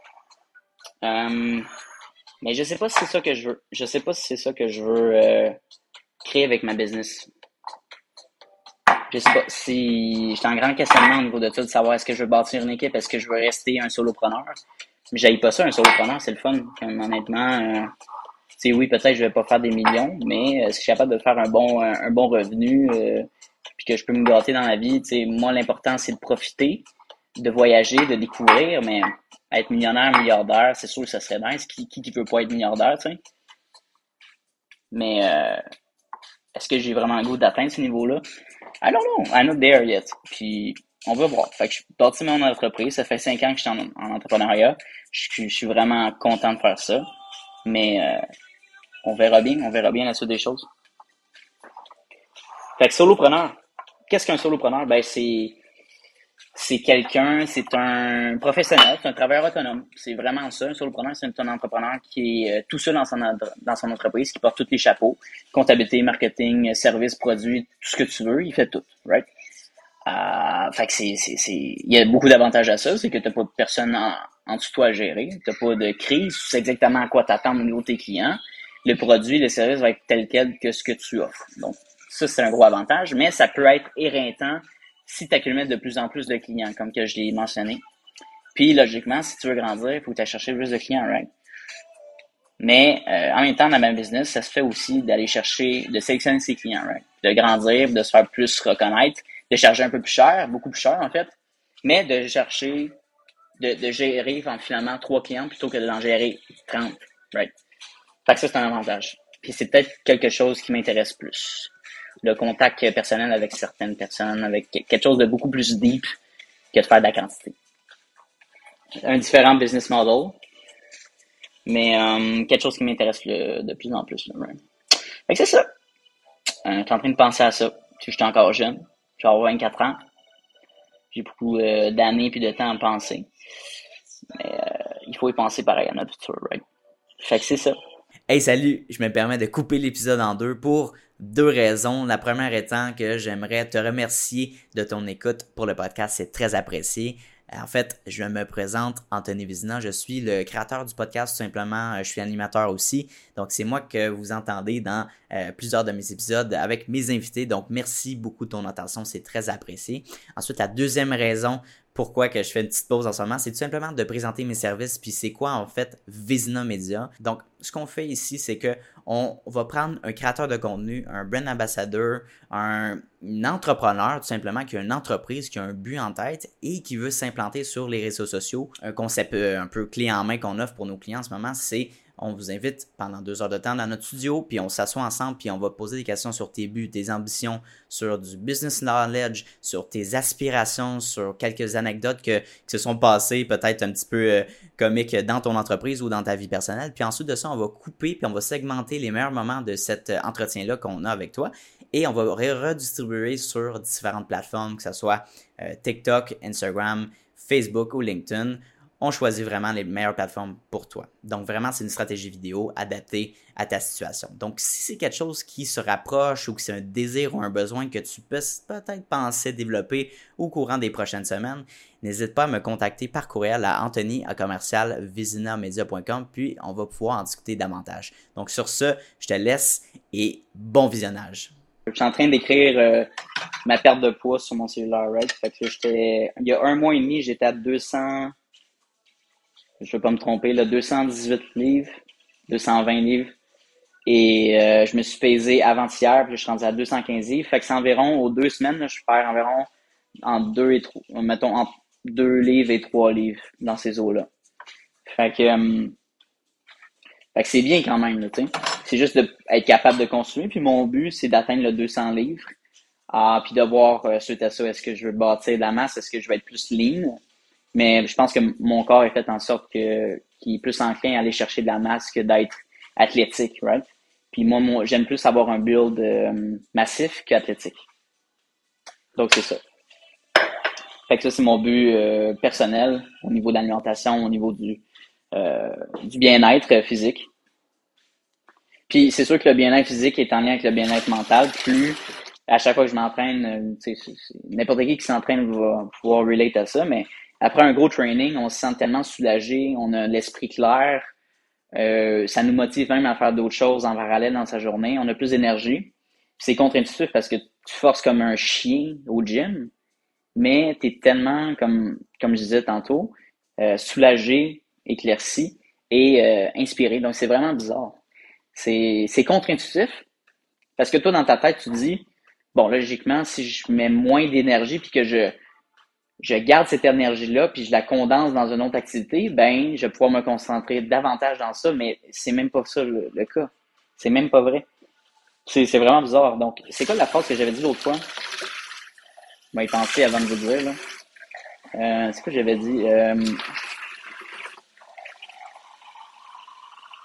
Mais je sais pas si c'est ça que je veux. Je sais pas si c'est ça que je veux créer avec ma business. Je sais pas si j'étais en grand questionnement au niveau de ça, de savoir est-ce que je veux bâtir une équipe, est-ce que je veux rester un solopreneur. Mais j'haïs pas ça, un solopreneur, c'est le fun. Comme, honnêtement, oui, peut-être je vais pas faire des millions, mais si je suis capable de faire un bon revenu, puis que je peux me gâter dans la vie, moi l'important c'est de profiter, de voyager, de découvrir, mais être millionnaire, milliardaire, c'est sûr que ça serait nice. Qui veut pas être milliardaire, tu sais? Mais est-ce que j'ai vraiment le goût d'atteindre ce niveau-là? I don't know. I'm not there yet. Puis on va voir. Fait que je suis parti mon entreprise. Ça fait 5 ans que je suis en entrepreneuriat. Je suis vraiment content de faire ça. Mais on verra bien la suite des choses. Fait que solopreneur, qu'est-ce qu'un solopreneur? Ben, c'est un professionnel, c'est un travailleur autonome. C'est vraiment ça. Un solopreneur, c'est un entrepreneur qui est tout seul dans son entreprise, qui porte tous les chapeaux. Comptabilité, marketing, services, produits, tout ce que tu veux, il fait tout, right? Fait que il y a beaucoup d'avantages à ça. C'est que t'as pas de personne en dessous de toi à gérer. T'as pas de crise. Tu sais exactement à quoi t'attendre au niveau de tes clients. Le produit, le service va être tel quel que ce que tu offres. Donc, ça, c'est un gros avantage, mais ça peut être éreintant si tu accumules de plus en plus de clients, comme que je l'ai mentionné. Puis, logiquement, si tu veux grandir, il faut que tu chercher plus de clients, right? Mais en même temps, dans ma business, ça se fait aussi d'aller chercher, de sélectionner ses clients, right? De grandir, de se faire plus reconnaître, de charger un peu plus cher, beaucoup plus cher en fait, mais de chercher, de gérer finalement 3 clients plutôt que d'en gérer 30, right? Fait que ça, c'est un avantage. Puis c'est peut-être quelque chose qui m'intéresse plus. Le contact personnel avec certaines personnes, avec quelque chose de beaucoup plus deep que de faire de la quantité. Un différent business model, mais quelque chose qui m'intéresse de plus en plus. Là, right? Fait que c'est ça. Je suis en train de penser à ça. Puis je suis encore jeune. J'ai 24 ans. J'ai beaucoup d'années puis de temps à penser. Mais il faut y penser pareil à notre futur, right? Fait que c'est ça. Hey, salut! Je me permets de couper l'épisode en deux pour deux raisons. La première étant que j'aimerais te remercier de ton écoute pour le podcast. C'est très apprécié. En fait, je me présente Anthony Vizina. Je suis le créateur du podcast, tout simplement. Je suis animateur aussi. Donc, c'est moi que vous entendez dans plusieurs de mes épisodes avec mes invités. Donc, merci beaucoup de ton attention. C'est très apprécié. Ensuite, la deuxième raison pourquoi que je fais une petite pause en ce moment, c'est tout simplement de présenter mes services. Puis c'est quoi en fait Vizina Media. Donc, ce qu'on fait ici, c'est que on va prendre un créateur de contenu, un brand ambassadeur, un entrepreneur tout simplement qui a une entreprise, qui a un but en tête et qui veut s'implanter sur les réseaux sociaux. Un concept un peu clé en main qu'on offre pour nos clients en ce moment, c'est on vous invite pendant 2 heures de temps dans notre studio, puis on s'assoit ensemble, puis on va poser des questions sur tes buts, tes ambitions, sur du business knowledge, sur tes aspirations, sur quelques anecdotes qui se sont passées peut-être un petit peu comiques dans ton entreprise ou dans ta vie personnelle. Puis ensuite de ça, on va couper, puis on va segmenter les meilleurs moments de cet entretien-là qu'on a avec toi. Et on va redistribuer sur différentes plateformes, que ce soit TikTok, Instagram, Facebook ou LinkedIn. On choisit vraiment les meilleures plateformes pour toi. Donc vraiment, c'est une stratégie vidéo adaptée à ta situation. Donc si c'est quelque chose qui se rapproche ou que c'est un désir ou un besoin que tu peux peut-être penser développer au courant des prochaines semaines, n'hésite pas à me contacter par courriel à anthony@vizinamedia.com puis on va pouvoir en discuter davantage. Donc sur ce, je te laisse et bon visionnage. Je suis en train d'écrire ma perte de poids sur mon cellulaire, right? Fait que il y a 1 mois et demi, j'étais à 200, je ne veux pas me tromper, là, 218 livres, 220 livres. Et je me suis pesé avant-hier, puis je suis rendu à 215 livres. Fait que c'est environ, aux 2 semaines, là, je perds environ entre 2 et 3, mettons, entre 2 livres et 3 livres dans ces eaux-là. Fait que c'est bien quand même, tu sais. C'est juste d'être capable de consommer. Puis mon but, c'est d'atteindre le 200 livres. Puis de voir suite à ça, est-ce que je veux bâtir de la masse, est-ce que je vais être plus lean. Mais je pense que mon corps est fait en sorte qu'il est plus enclin à aller chercher de la masse que d'être athlétique, right? Puis moi j'aime plus avoir un build massif qu'athlétique. Donc c'est ça. Fait que ça, c'est mon but personnel au niveau de l'alimentation, au niveau du bien-être physique. Puis c'est sûr que le bien-être physique est en lien avec le bien-être mental. Plus à chaque fois que je m'entraîne, n'importe qui s'entraîne va pouvoir relate à ça, mais après un gros training, on se sent tellement soulagé, on a l'esprit clair, ça nous motive même à faire d'autres choses en parallèle dans sa journée, on a plus d'énergie. C'est contre-intuitif parce que tu forces comme un chien au gym, mais tu es tellement, comme je disais tantôt, soulagé, éclairci et inspiré. Donc c'est vraiment bizarre. C'est contre-intuitif parce que toi, dans ta tête, tu te dis, bon, logiquement, si je mets moins d'énergie puis que je garde cette énergie-là puis je la condense dans une autre activité, ben, je vais pouvoir me concentrer davantage dans ça, mais c'est même pas ça le cas. C'est même pas vrai. C'est vraiment bizarre. Donc, c'est quoi la phrase que j'avais dit l'autre fois? Je vais y penser avant de vous dire, là. C'est quoi que j'avais dit?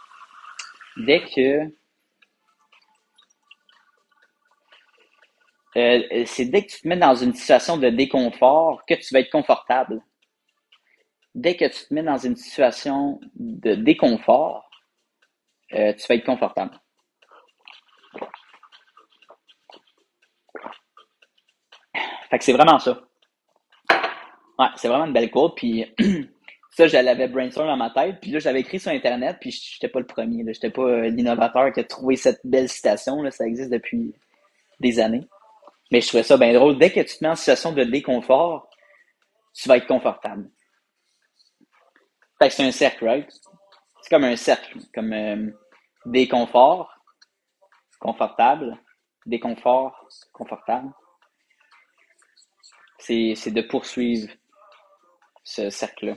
Dès que C'est dès que tu te mets dans une situation de déconfort que tu vas être confortable. Dès que tu te mets dans une situation de déconfort, tu vas être confortable. Fait que c'est vraiment ça. Ouais, c'est vraiment une belle quote. Puis ça, je l'avais brainstorm dans ma tête. Puis là, j'avais écrit sur Internet. Puis j'étais pas le premier. J'étais pas l'innovateur qui a trouvé cette belle citation. Là. Ça existe depuis des années. Mais je trouvais ça bien drôle. Dès que tu te mets en situation de déconfort, tu vas être confortable. Fait que c'est un cercle, right? C'est comme un cercle. Comme déconfort, confortable, déconfort, confortable. C'est de poursuivre ce cercle-là.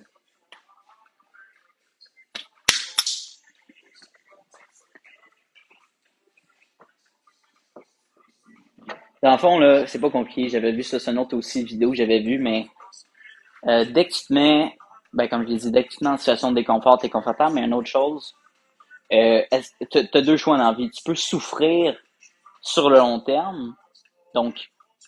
Dans le fond, là, c'est pas compliqué. J'avais vu ça sur une autre aussi vidéo que j'avais vu, mais dès que tu te mets, ben comme je l'ai dit, dès que tu te mets en situation de déconfort, t'es confortable, mais une autre chose, t'as deux choix dans la vie. Tu peux souffrir sur le long terme, donc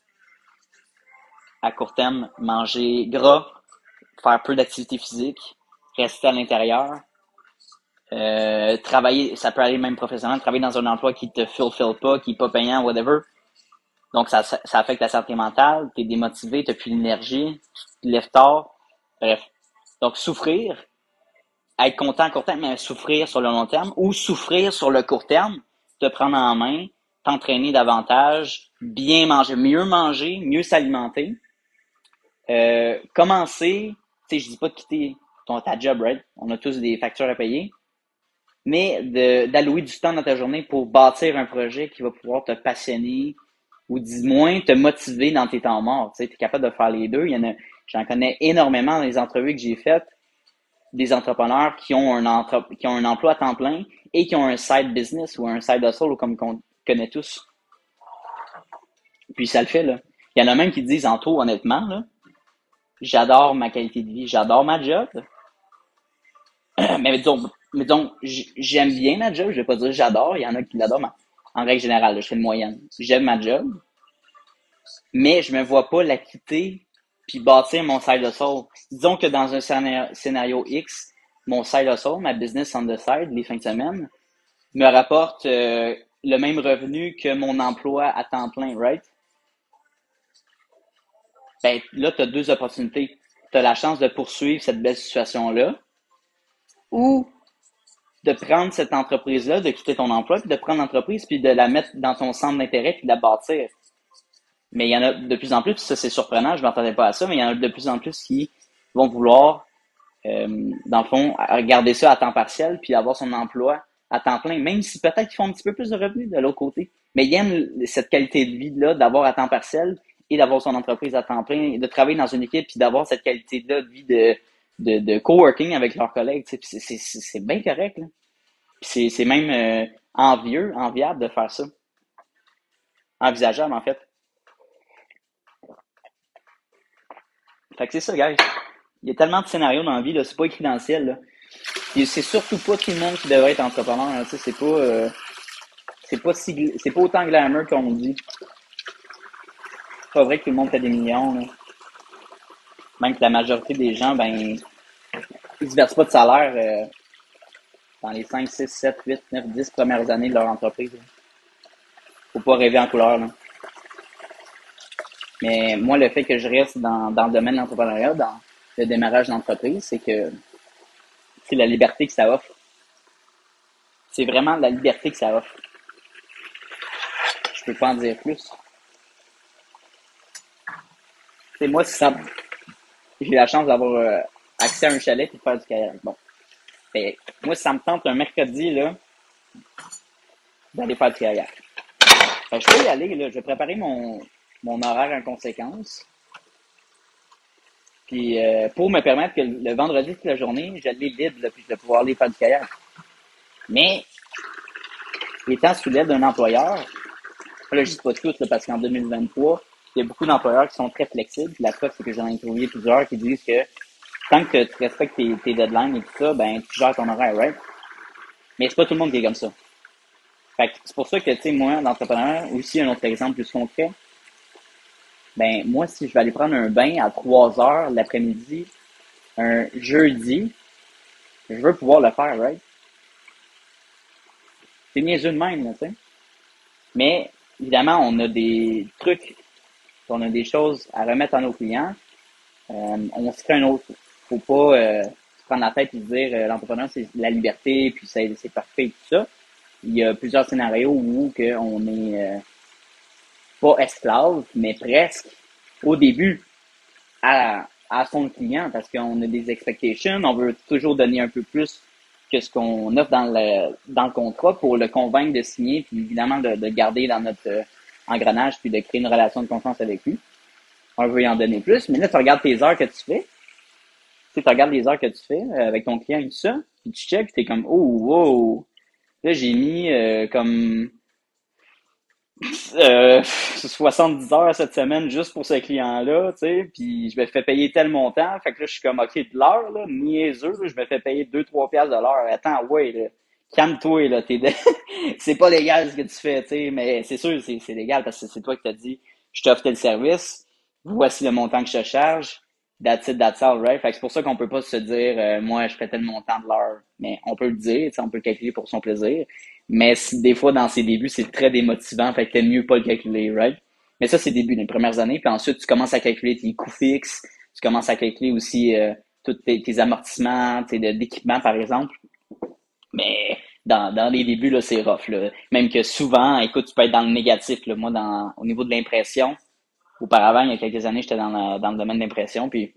à court terme, manger gras, faire peu d'activité physique, rester à l'intérieur, travailler, ça peut aller même professionnellement, travailler dans un emploi qui te fulfill pas, qui est pas payant, whatever. Donc, ça affecte ta santé mentale, t'es démotivé, t'as plus d'énergie, tu te lèves tard. Bref. Donc, souffrir, être content à court terme, mais souffrir sur le long terme, ou souffrir sur le court terme, te prendre en main, t'entraîner davantage, bien manger, mieux s'alimenter. Commencer, tu sais, je dis pas de quitter ta job, right? On a tous des factures à payer. Mais d'allouer du temps dans ta journée pour bâtir un projet qui va pouvoir te passionner ou du moins te motiver dans tes temps morts. Tu sais, es capable de faire les deux. J'en connais énormément dans les entrevues que j'ai faites, des entrepreneurs qui ont un emploi à temps plein et qui ont un side business ou un side hustle, comme qu'on connaît tous. Puis ça le fait, là. Il y en a même qui disent en tout, honnêtement, là, j'adore ma qualité de vie, j'adore ma job. Mais disons, j'aime bien ma job, je vais pas dire j'adore, il y en a qui l'adorent, mais en règle générale, là, je fais une moyenne. J'aime ma job, mais je me vois pas la quitter puis bâtir mon side hustle. Disons que dans un scénario X, mon side hustle, ma business on the side, les fins de semaine, me rapporte le même revenu que mon emploi à temps plein, right? Ben là, tu as deux opportunités. Tu as la chance de poursuivre cette belle situation-là ou de prendre cette entreprise-là, de quitter ton emploi, puis de prendre l'entreprise, puis de la mettre dans ton centre d'intérêt, puis de la bâtir. Mais il y en a de plus en plus, puis ça c'est surprenant, je ne m'attendais pas à ça, mais il y en a de plus en plus qui vont vouloir, dans le fond, garder ça à temps partiel, puis avoir son emploi à temps plein, même si peut-être qu'ils font un petit peu plus de revenus de l'autre côté. Mais ils aiment cette qualité de vie-là, d'avoir à temps partiel et d'avoir son entreprise à temps plein, et de travailler dans une équipe, puis d'avoir cette qualité-là de vie de coworking avec leurs collègues. C'est bien correct, là. C'est même enviable de faire ça. Envisageable, en fait. Fait que c'est ça, guys. Il y a tellement de scénarios dans la vie, là. C'est pas écrit dans le ciel, là. Et c'est surtout pas tout le monde qui devrait être entrepreneur, là. C'est pas autant glamour qu'on dit. C'est pas vrai que tout le monde fait des millions, là. Même que la majorité des gens, ben, ils se versent pas de salaire dans les 5, 6, 7, 8, 9, 10 premières années de leur entreprise, là. Faut pas rêver en couleur, là. Mais moi, le fait que je reste dans le domaine de l'entrepreneuriat, dans le démarrage d'entreprise, c'est que c'est la liberté que ça offre. C'est vraiment la liberté que ça offre. Je peux pas en dire plus. C'est moi, j'ai la chance d'avoir accès à un chalet et de faire du kayak. Bon. Fait, moi, si ça me tente un mercredi, là, d'aller faire du kayak. Fait, je peux y aller, là. Je vais préparer mon horaire en conséquence. Puis pour me permettre que le vendredi toute la journée, je l'ai libre, là, puis je vais pouvoir aller faire du kayak. Mais étant sous l'aide d'un employeur, là je dis pas tous, là, parce qu'en 2023, il y a beaucoup d'employeurs qui sont très flexibles. Puis la preuve, c'est que j'en ai interviewé plusieurs qui disent que tant que tu respectes tes deadlines et tout ça, ben tu gères ton horaire, right? Mais c'est pas tout le monde qui est comme ça. Fait que c'est pour ça que, tu sais, moi, d'entrepreneur, aussi un autre exemple plus concret, Ben, moi, si je vais aller prendre un bain à 3 heures l'après-midi, un jeudi, je veux pouvoir le faire, right? C'est niaiseux de même, là, tu sais. Mais, évidemment, on a des trucs, on a des choses à remettre à nos clients. On se crée un autre. Faut pas se prendre la tête et dire l'entrepreneur, c'est la liberté, puis c'est parfait et tout ça. Il y a plusieurs scénarios où on est pas esclave, mais presque au début à son client parce qu'on a des expectations, on veut toujours donner un peu plus que ce qu'on offre dans le contrat pour le convaincre de signer, puis évidemment de le garder dans notre engrenage, puis de créer une relation de confiance avec lui. On veut y en donner plus, mais là, tu regardes tes heures que tu fais, tu regardes les heures que tu fais avec ton client et tout ça, puis tu checkes, t'es comme, oh, wow, là, j'ai mis comme 70 heures cette semaine juste pour ce client-là, tu sais, puis je me fais payer tel montant, fait que là, je suis comme, OK, de l'heure, là, niaiseux, là, je me fais payer 2-3 piastres de l'heure. Attends, ouais, là, calme-toi, là, c'est pas légal ce que tu fais, tu sais, mais c'est sûr, c'est légal parce que c'est toi qui t'as dit, je t'offre tel service, voici le montant que je te charge, that's it, that's all, right? Fait que c'est pour ça qu'on peut pas se dire, moi, je fais tel montant de l'heure, mais on peut le dire, tu sais, on peut le calculer pour son plaisir. Mais des fois, dans ses débuts, c'est très démotivant, fait que t'aimes mieux pas le calculer, right? Mais ça, c'est le début, les premières années. Puis ensuite, tu commences à calculer tes coûts fixes. Tu commences à calculer aussi tous tes amortissements, d'équipement, par exemple. Mais dans les débuts, là, c'est rough, là. Même que souvent, écoute, tu peux être dans le négatif, là. Moi, au niveau de l'impression, auparavant, il y a quelques années, j'étais dans le domaine d'impression, puis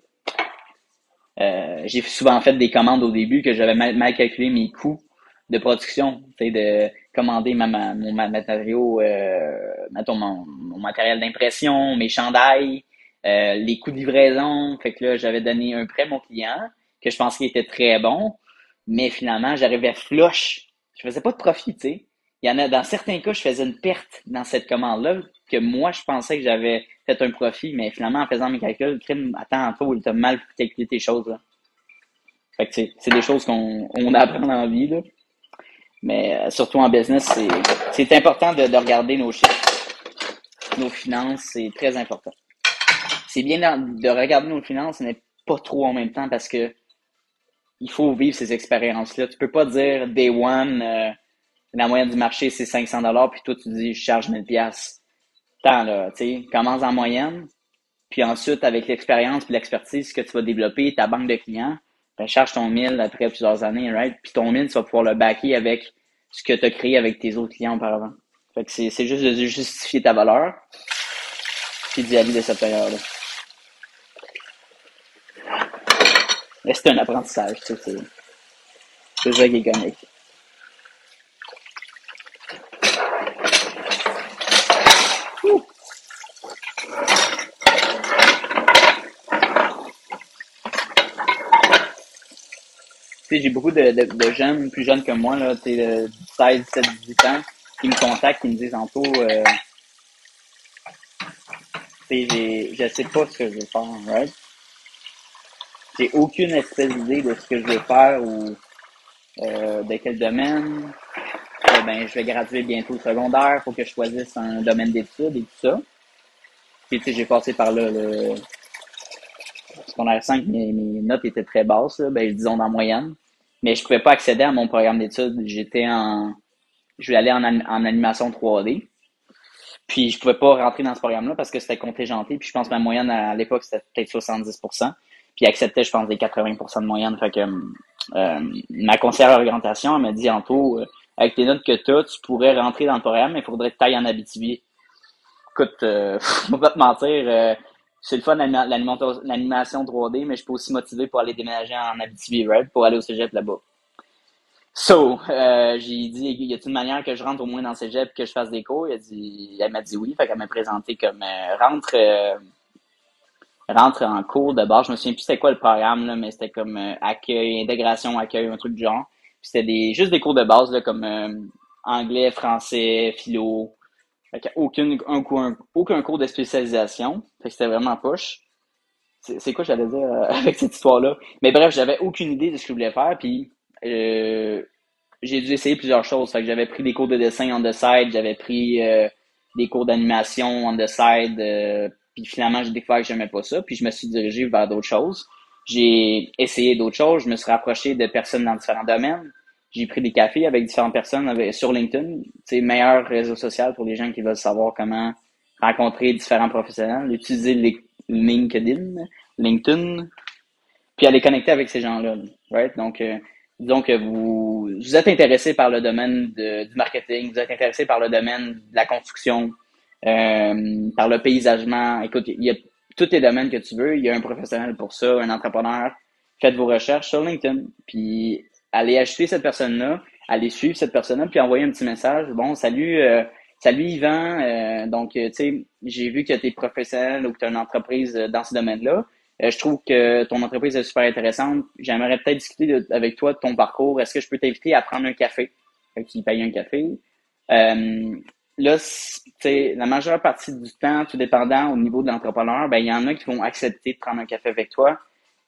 j'ai souvent fait des commandes au début que j'avais mal calculé mes coûts de production, tu sais, de commander mon matériau, mettons mon matériel d'impression, mes chandails, les coûts de livraison. Fait que là, j'avais donné un prêt à mon client que je pensais qu'il était très bon, mais finalement, j'arrivais flush. Je faisais pas de profit, tu sais. Il y en a, dans certains cas, je faisais une perte dans cette commande-là, que moi, je pensais que j'avais fait un profit, mais finalement, en faisant mes calculs, crime, attends, toi, t'as mal calculé tes choses, là. Fait que c'est des choses qu'on apprend dans la vie, là. Mais surtout en business, c'est important de regarder nos chiffres, nos finances, c'est très important. C'est bien de regarder nos finances, mais pas trop en même temps parce que il faut vivre ces expériences-là. Tu peux pas dire day one, la moyenne du marché c'est 500 $ puis toi tu dis je charge 1000 $. Tant là, tu sais, commence en moyenne, puis ensuite avec l'expérience puis l'expertise que tu vas développer, ta banque de clients, ben charge ton 1000 après plusieurs années, right? Puis ton 1000 tu vas pouvoir le backer avec ce que tu as créé avec tes autres clients auparavant. Fait que c'est juste de justifier ta valeur puis d'y aller de cette manière-là. Mais c'est un apprentissage, tu sais, c'est ça qui est comique. Ouh. Tu sais, j'ai beaucoup de jeunes, plus jeunes que moi, là, tu sais, de 16, 17, 18 ans, qui me contactent, qui me disent Anto, tu sais, je sais pas ce que je veux faire, right? J'ai aucune espèce d'idée de ce que je veux faire ou de quel domaine. Ben, je vais graduer bientôt au secondaire, faut que je choisisse un domaine d'études et tout ça. Puis, tu sais, j'ai passé par là, le secondaire 5, mes notes étaient très basses, là, ben, disons en moyenne. Mais je pouvais pas accéder à mon programme d'études. Je voulais aller en animation 3D. Puis, je pouvais pas rentrer dans ce programme-là parce que c'était contingenté. Puis, je pense que ma moyenne à l'époque, c'était peut-être 70%. Puis, il acceptait, je pense, des 80% de moyenne. Fait que ma conseillère d'orientation, elle m'a dit, Anto, avec tes notes que tu pourrais rentrer dans le programme, mais il faudrait que tu ailles en Abitibi. Écoute, je vais pas te mentir, c'est le fun l'animation 3D, mais je suis pas aussi motivé pour aller déménager en Abitibi, right? Pour aller au cégep là-bas. So, j'ai dit, y a-t-il une manière que je rentre au moins dans le cégep et que je fasse des cours? Elle m'a dit oui, fait qu'elle m'a présenté comme rentre en cours de base. Je me souviens plus c'était quoi le programme, là, mais c'était comme accueil, intégration, accueil, un truc du genre. Puis c'était juste des cours de base, là, comme anglais, français, philo. Fait qu'il y a aucun cours de spécialisation. Fait que c'était vraiment poche. C'est quoi j'allais dire avec cette histoire-là? Mais bref, j'avais aucune idée de ce que je voulais faire, puis j'ai dû essayer plusieurs choses. Fait que j'avais pris des cours de dessin on the side, j'avais pris des cours d'animation on the side, Puis finalement, j'ai découvert que j'aimais pas ça, puis je me suis dirigé vers d'autres choses. J'ai essayé d'autres choses, je me suis rapproché de personnes dans différents domaines. J'ai pris des cafés avec différentes personnes sur LinkedIn. C'est le meilleur réseau social pour les gens qui veulent savoir comment rencontrer différents professionnels, utiliser LinkedIn, puis aller connecter avec ces gens-là, right? Donc, disons que vous êtes intéressé par le domaine du marketing, vous êtes intéressé par le domaine de la construction, par le paysagement. Écoute, il y a tous les domaines que tu veux, il y a un professionnel pour ça, un entrepreneur. Faites vos recherches sur LinkedIn, puis allez ajouter cette personne-là, allez suivre cette personne-là, puis envoyer un petit message. Bon, salut Yvan, donc, tu sais, j'ai vu que tu es professionnel ou que tu as une entreprise dans ce domaine-là. Je trouve que ton entreprise est super intéressante. J'aimerais peut-être discuter avec toi de ton parcours. Est-ce que je peux t'inviter à prendre un café? Fait qu'il paye un café. Là, tu sais, la majeure partie du temps, tout dépendant au niveau de l'entrepreneur, ben, il y en a qui vont accepter de prendre un café avec toi.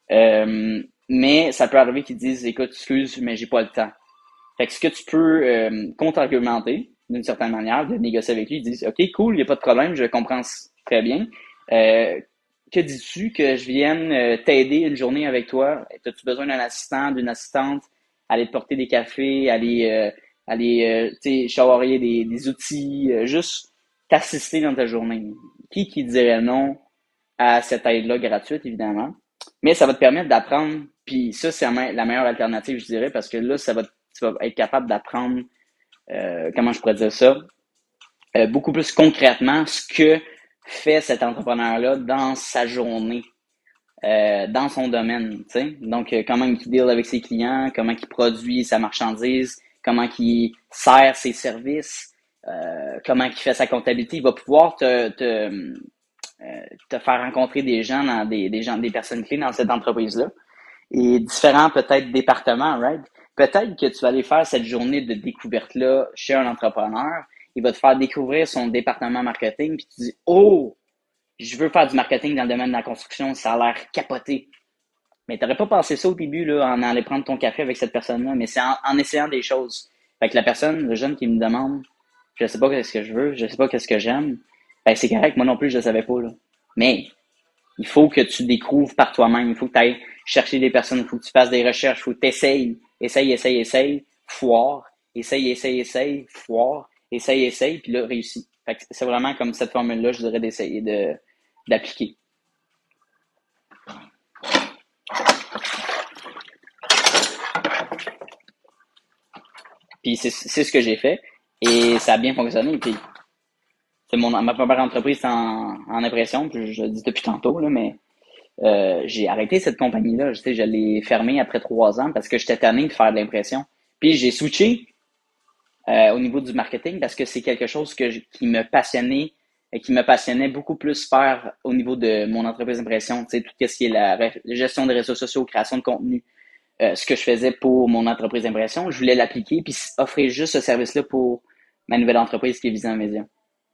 Mais ça peut arriver qu'ils disent, écoute, excuse, mais j'ai pas le temps. Fait que ce que tu peux contre-argumenter d'une certaine manière, de négocier avec lui, ils disent, OK, cool, il n'y a pas de problème, je comprends très bien. Que dis-tu que je vienne t'aider une journée avec toi? As-tu besoin d'un assistant, d'une assistante, aller te porter des cafés, aller tu sais, showerier des outils, juste t'assister dans ta journée? Qui dirait non à cette aide-là gratuite, évidemment? Mais ça va te permettre d'apprendre, puis ça, c'est la meilleure alternative, je dirais, parce que là, tu vas être capable d'apprendre, comment je pourrais dire ça, beaucoup plus concrètement ce que fait cet entrepreneur-là dans sa journée, dans son domaine, tu sais. Donc, comment il deal avec ses clients, comment il produit sa marchandise, comment il sert ses services, comment il fait sa comptabilité. Il va pouvoir te faire rencontrer des gens, des personnes clés dans cette entreprise-là. Et différents, peut-être, départements, right? Peut-être que tu vas aller faire cette journée de découverte-là chez un entrepreneur. Il va te faire découvrir son département marketing, puis tu dis, oh, je veux faire du marketing dans le domaine de la construction, ça a l'air capoté. Mais tu n'aurais pas pensé ça au début, là, en allant prendre ton café avec cette personne-là, mais c'est en essayant des choses. Fait que la personne, le jeune qui me demande, je sais pas qu'est-ce que je veux, je sais pas qu'est-ce que j'aime, ben c'est correct, moi non plus, je ne savais pas, là. Mais il faut que tu découvres par toi-même, il faut que tu ailles chercher des personnes, il faut que tu fasses des recherches, il faut que tu essaye, foire, essaye, foire, essaye, puis là, réussis. Fait que c'est vraiment comme cette formule-là, je dirais, d'essayer d'appliquer. Puis c'est ce que j'ai fait et ça a bien fonctionné. Puis c'est ma première entreprise en impression, puis je le dis depuis tantôt, là, mais j'ai arrêté cette compagnie-là. Je l'ai fermée après 3 ans parce que j'étais tanné de faire de l'impression. Puis j'ai switché au niveau du marketing parce que c'est quelque chose qui me passionnait beaucoup plus faire au niveau de mon entreprise d'impression, tu sais, tout ce qui est la gestion des réseaux sociaux, création de contenu, ce que je faisais pour mon entreprise d'impression, je voulais l'appliquer puis offrir juste ce service-là pour ma nouvelle entreprise qui est Vision Média.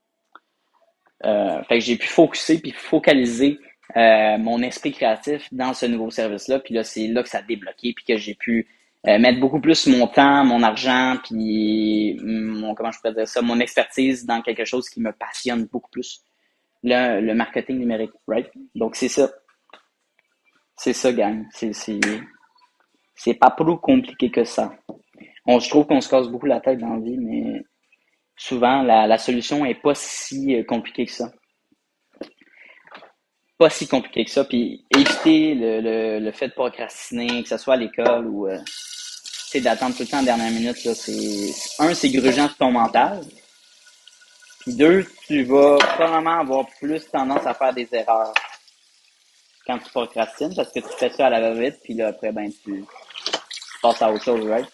Fait que j'ai pu focuser puis focaliser mon esprit créatif dans ce nouveau service-là. Puis là, c'est là que ça a débloqué puis que j'ai pu mettre beaucoup plus mon temps, mon argent, puis comment je pourrais dire ça, mon expertise dans quelque chose qui me passionne beaucoup plus. Le marketing numérique, right? Donc, c'est ça. C'est ça, gang. C'est pas plus compliqué que ça. Je trouve qu'on se casse beaucoup la tête dans la vie, mais souvent, la solution est pas si compliquée que ça. Pas si compliqué que ça. Puis éviter le fait de procrastiner, que ce soit à l'école ou d'attendre tout le temps en dernière minute. Là, c'est grugeant sur ton mental. Puis 2, tu vas probablement avoir plus tendance à faire des erreurs quand tu procrastines parce que tu fais ça à la va-vite, puis là après, ben tu passes à autre chose, right?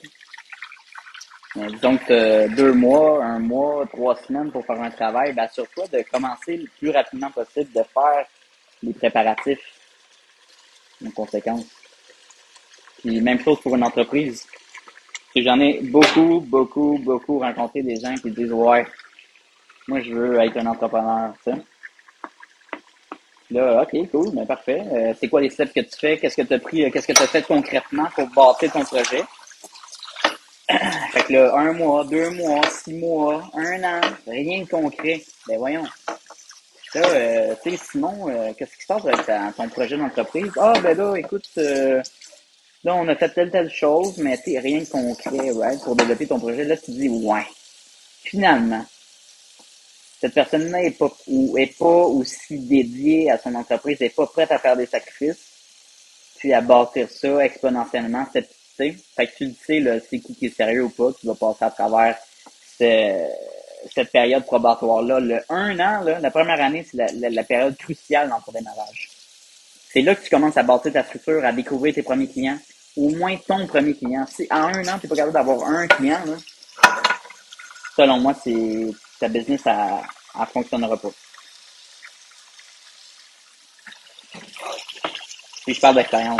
Donc, 2 mois, 1 mois, 3 semaines pour faire un travail, ben assure-toi de commencer le plus rapidement possible, de faire les préparatifs en conséquence. Puis même chose pour une entreprise. J'en ai beaucoup rencontré des gens qui disent ouais, moi je veux être un entrepreneur, tu sais. Là, ok, cool, mais parfait. C'est quoi les steps que tu fais? Qu'est-ce que tu as pris? Qu'est-ce que tu as fait concrètement pour bâtir ton projet? Fait que là, 1 mois, 2 mois, 6 mois, 1 an, rien de concret. Ben voyons. Tu sais, Simon, qu'est-ce qui se passe avec ton projet d'entreprise? Ah, ben là, écoute, là, on a fait telle chose, mais tu sais, rien de concret, right, pour développer ton projet. Là, tu te dis, ouais, finalement, cette personne-là est pas aussi dédiée à son entreprise, n'est pas prête à faire des sacrifices, puis à bâtir ça exponentiellement, tu sais. Fait que tu le sais, là, c'est qui est sérieux ou pas, tu vas passer à travers ce, cette période probatoire-là. Le 1 an, là, la première année, c'est la période cruciale dans ton démarrage. C'est là que tu commences à bâtir ta structure, à découvrir tes premiers clients, au moins ton premier client. Si en 1 an, tu n'es pas capable d'avoir un client, là, selon moi, ta business, elle fonctionnera pas. Puis je parle d'expérience.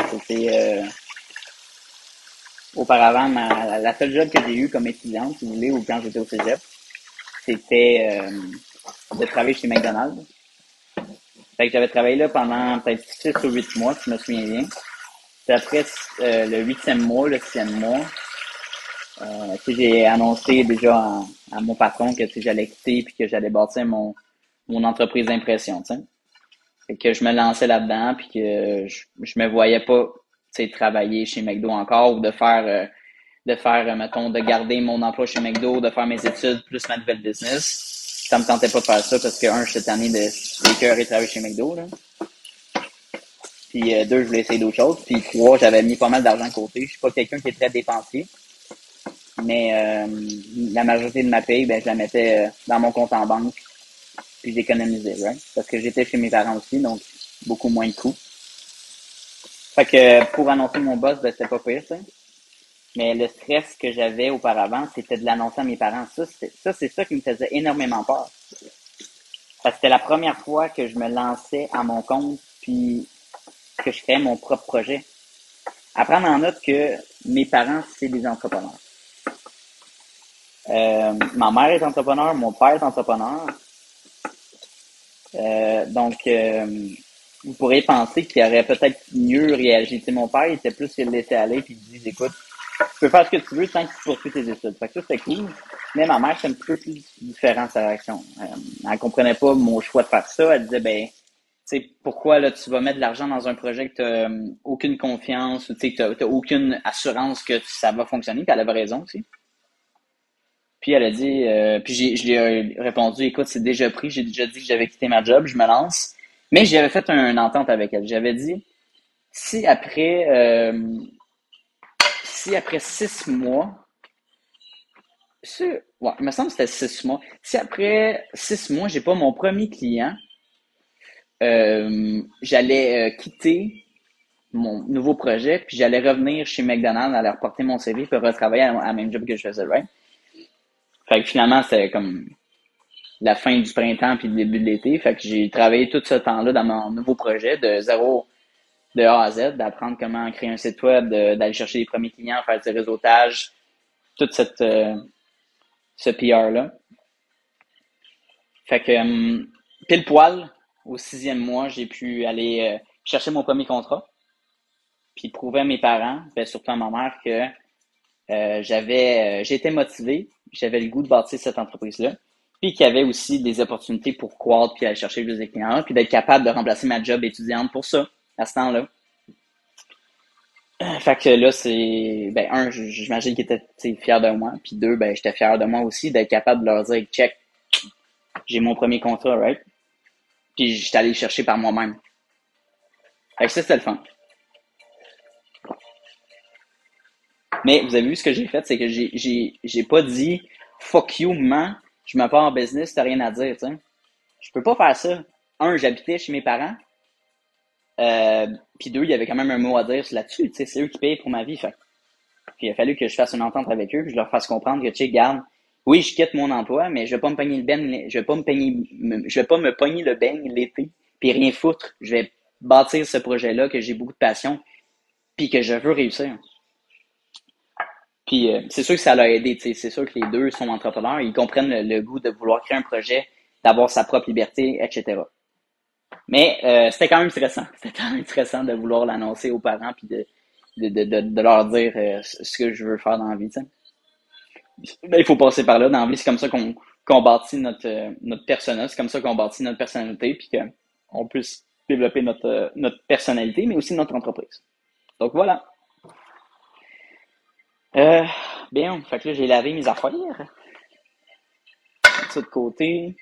Auparavant, la seule job que j'ai eue comme étudiante, si vous voulez, ou quand j'étais au cégep, c'était de travailler chez McDonald's. Fait que j'avais travaillé là pendant peut-être 6 ou 8 mois, si je me souviens bien. Puis après le 8e mois, le 6e mois, j'ai annoncé déjà à mon patron que j'allais quitter puis que j'allais bâtir mon entreprise d'impression. T'sais. Fait que je me lançais là-dedans puis que je me voyais pas travailler chez McDo encore ou de faire mettons, de garder mon emploi chez McDo, de faire mes études plus ma nouvelle business. Ça me tentait pas de faire ça parce que, je suis tanné d'écœurer travailler chez McDo, là. Puis, 2, je voulais essayer d'autres choses. Puis, 3, j'avais mis pas mal d'argent de côté. Je suis pas quelqu'un qui est très dépensier. Mais, la majorité de ma paye, ben, je la mettais dans mon compte en banque. Puis, j'économisais, right? Parce que j'étais chez mes parents aussi, donc, beaucoup moins de coûts. Fait que, pour annoncer mon boss, ben, c'était pas pire, ça. Mais le stress que j'avais auparavant, c'était de l'annoncer à mes parents. C'est ça qui me faisait énormément peur. Parce que c'était la première fois que je me lançais à mon compte, puis que je créais mon propre projet. À prendre en note que mes parents, c'est des entrepreneurs. Ma mère est entrepreneur, mon père est entrepreneur. Donc, vous pourriez penser qu'il aurait peut-être mieux réagi. Tu sais, mon père, il était plus qu'il laissait aller, puis il dit, écoute, tu peux faire ce que tu veux tant que tu poursuis tes études. Fait que ça, c'était cool. Mais ma mère, c'est un petit peu plus différent sa réaction. Elle comprenait pas mon choix de faire ça. Elle disait, ben, tu sais, pourquoi là tu vas mettre de l'argent dans un projet que tu n'as aucune confiance ou tu sais, t'as aucune assurance que ça va fonctionner. Puis elle avait raison aussi. Puis elle a dit, je lui ai répondu, écoute, c'est déjà pris. J'ai déjà dit que j'avais quitté ma job, je me lance. Mais j'avais fait une entente avec elle. J'avais dit, si après 6 mois, ouais, il me semble que c'était 6 mois. Si après 6 mois, j'ai pas mon premier client, j'allais quitter mon nouveau projet, puis j'allais revenir chez McDonald's, aller reporter mon CV, puis retravailler à la même job que je faisais, right? Fait que finalement, c'était comme la fin du printemps puis le début de l'été. Fait que j'ai travaillé tout ce temps-là dans mon nouveau projet de A à Z, d'apprendre comment créer un site web, d'aller chercher les premiers clients, faire du réseautage, tout ce PR-là. Fait que pile poil, au 6e mois, j'ai pu aller chercher mon premier contrat, puis prouver à mes parents, ben, surtout à ma mère, que j'étais motivé, j'avais le goût de bâtir cette entreprise-là, puis qu'il y avait aussi des opportunités pour croître, puis aller chercher plus de clients, puis d'être capable de remplacer ma job étudiante pour ça, à ce temps-là. Fait que là, c'est, ben, j'imagine qu'ils étaient fiers de moi, puis 2, ben, j'étais fier de moi aussi d'être capable de leur dire, check, j'ai mon premier contrat, right? Puis j'étais allé le chercher par moi-même. Fait que ça, c'était le fun. Mais vous avez vu ce que j'ai fait, c'est que j'ai pas dit fuck you, man, je me pars en business, t'as rien à dire, tu sais. Je peux pas faire ça. 1, j'habitais chez mes parents. Puis 2, il y avait quand même un mot à dire là-dessus, tu sais, c'est eux qui payent pour ma vie, fait. Puis il a fallu que je fasse une entente avec eux, puis je leur fasse comprendre que, tu sais, garde, oui, je quitte mon emploi, mais je vais pas me pogner le beigne, je vais pas me pogner le beigne l'été, puis rien foutre. Je vais bâtir ce projet-là que j'ai beaucoup de passion, puis que je veux réussir. Puis c'est sûr que ça l'a aidé, tu sais, c'est sûr que les deux sont entrepreneurs, ils comprennent le goût de vouloir créer un projet, d'avoir sa propre liberté, etc. Mais c'était quand même stressant. C'était quand même stressant de vouloir l'annoncer aux parents puis de leur dire ce que je veux faire dans la vie, tu sais. Ben, il faut passer par là. Dans la vie, c'est comme ça qu'on bâtit notre persona. C'est comme ça qu'on bâtit notre personnalité, puis qu'on puisse développer notre personnalité, mais aussi notre entreprise. Donc voilà. Bien, fait que là, j'ai lavé mes affaires. Ça de côté.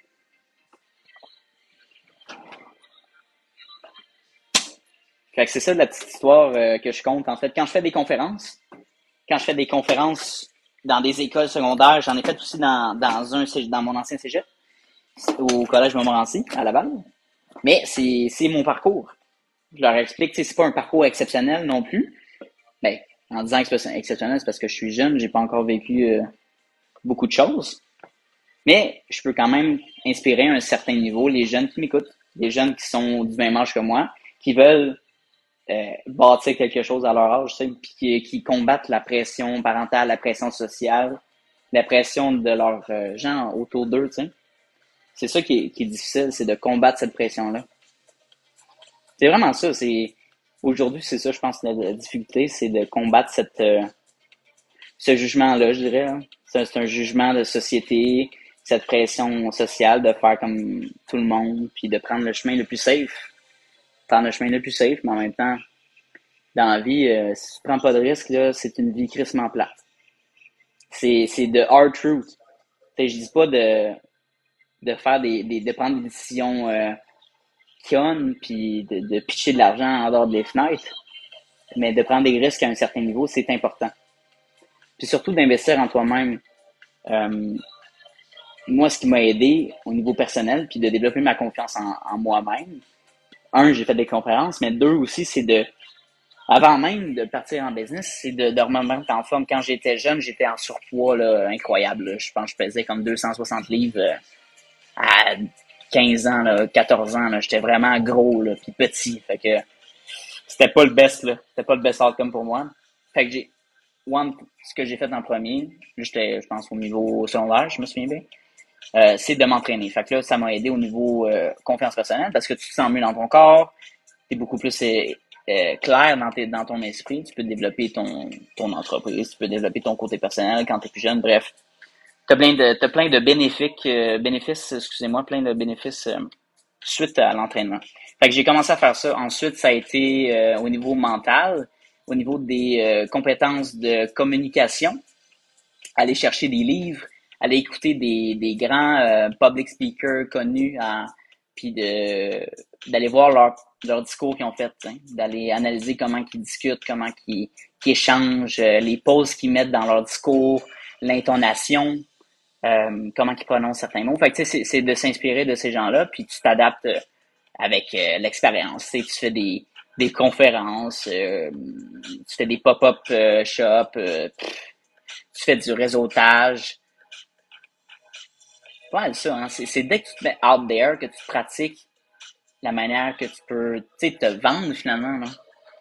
Fait que c'est ça de la petite histoire que je compte. En fait, quand je fais des conférences dans des écoles secondaires, j'en ai fait aussi dans mon ancien cégep, au collège Montmorency, à Laval. Mais c'est mon parcours. Je leur explique, c'est pas un parcours exceptionnel non plus. Ben, en disant que c'est exceptionnel, c'est parce que je suis jeune, j'ai pas encore vécu beaucoup de choses. Mais je peux quand même inspirer à un certain niveau les jeunes qui m'écoutent, les jeunes qui sont du même âge que moi, qui veulent bâtir quelque chose à leur âge, puis qui combattent la pression parentale, la pression sociale, la pression de leurs gens autour d'eux, tu sais. C'est ça qui est difficile, c'est de combattre cette pression-là. C'est vraiment ça, aujourd'hui, c'est ça, je pense, la difficulté, c'est de combattre ce jugement-là, je dirais, hein. C'est un jugement de société, cette pression sociale de faire comme tout le monde, puis de prendre le chemin le plus safe. Prendre le chemin le plus safe, mais en même temps, dans la vie, si tu prends pas de risque, là, c'est une vie crissement plate. C'est de hard truth. T'sais, je dis pas de faire de prendre des décisions connes, puis de pitcher de l'argent en dehors des fenêtres, mais de prendre des risques à un certain niveau, c'est important. Puis surtout d'investir en toi-même. Moi, ce qui m'a aidé au niveau personnel, puis de développer ma confiance en moi-même, j'ai fait des conférences, mais deux aussi, avant même de partir en business, c'est de remettre en forme. Quand j'étais jeune, j'étais en surpoids là, incroyable. Là. Je pense que je pesais comme 260 livres à 15 ans, là, 14 ans. Là. J'étais vraiment gros, là, puis petit. Fait que c'était pas le best, là. C'était pas le best outcome pour moi. Fait que ce que j'ai fait en premier, j'étais, je pense, au niveau secondaire, je me souviens bien. C'est de m'entraîner. Fait que là, ça m'a aidé au niveau confiance personnelle parce que tu te sens mieux dans ton corps, tu es beaucoup plus clair dans ton esprit, tu peux développer ton entreprise, tu peux développer ton côté personnel quand tu es plus jeune, bref. T'as plein de bénéfices, excusez-moi, plein de bénéfices suite à l'entraînement. Fait que j'ai commencé à faire ça. Ensuite, ça a été au niveau mental, au niveau des compétences de communication, aller chercher des livres, aller écouter des grands public speakers connus, puis d'aller voir leur discours qu'ils ont fait, hein, d'aller analyser comment ils discutent, comment ils échangent, les pauses qu'ils mettent dans leur discours, l'intonation, comment ils prononcent certains mots. Fait que tu sais, c'est de s'inspirer de ces gens-là, puis tu t'adaptes avec l'expérience. Tu sais, tu fais des conférences, tu fais des pop-up shops, tu fais du réseautage. Ouais, ça, hein. C'est dès que tu te mets out there que tu pratiques la manière que tu peux, tu sais, te vendre finalement, là.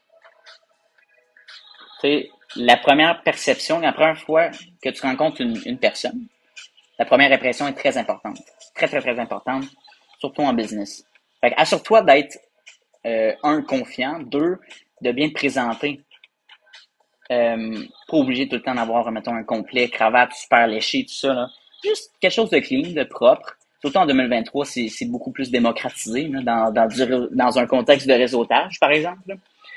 Tu sais, la première perception, la première fois que tu rencontres une personne, la première impression est très importante. Très, très, très importante, surtout en business. Fait que assure-toi d'être, confiant, deux, de bien te présenter. Pas obligé tout le temps d'avoir, mettons, un complet, cravate super léché, tout ça, là. Juste quelque chose de clean, de propre. Surtout en 2023, c'est beaucoup plus démocratisé, là, dans un contexte de réseautage, par exemple.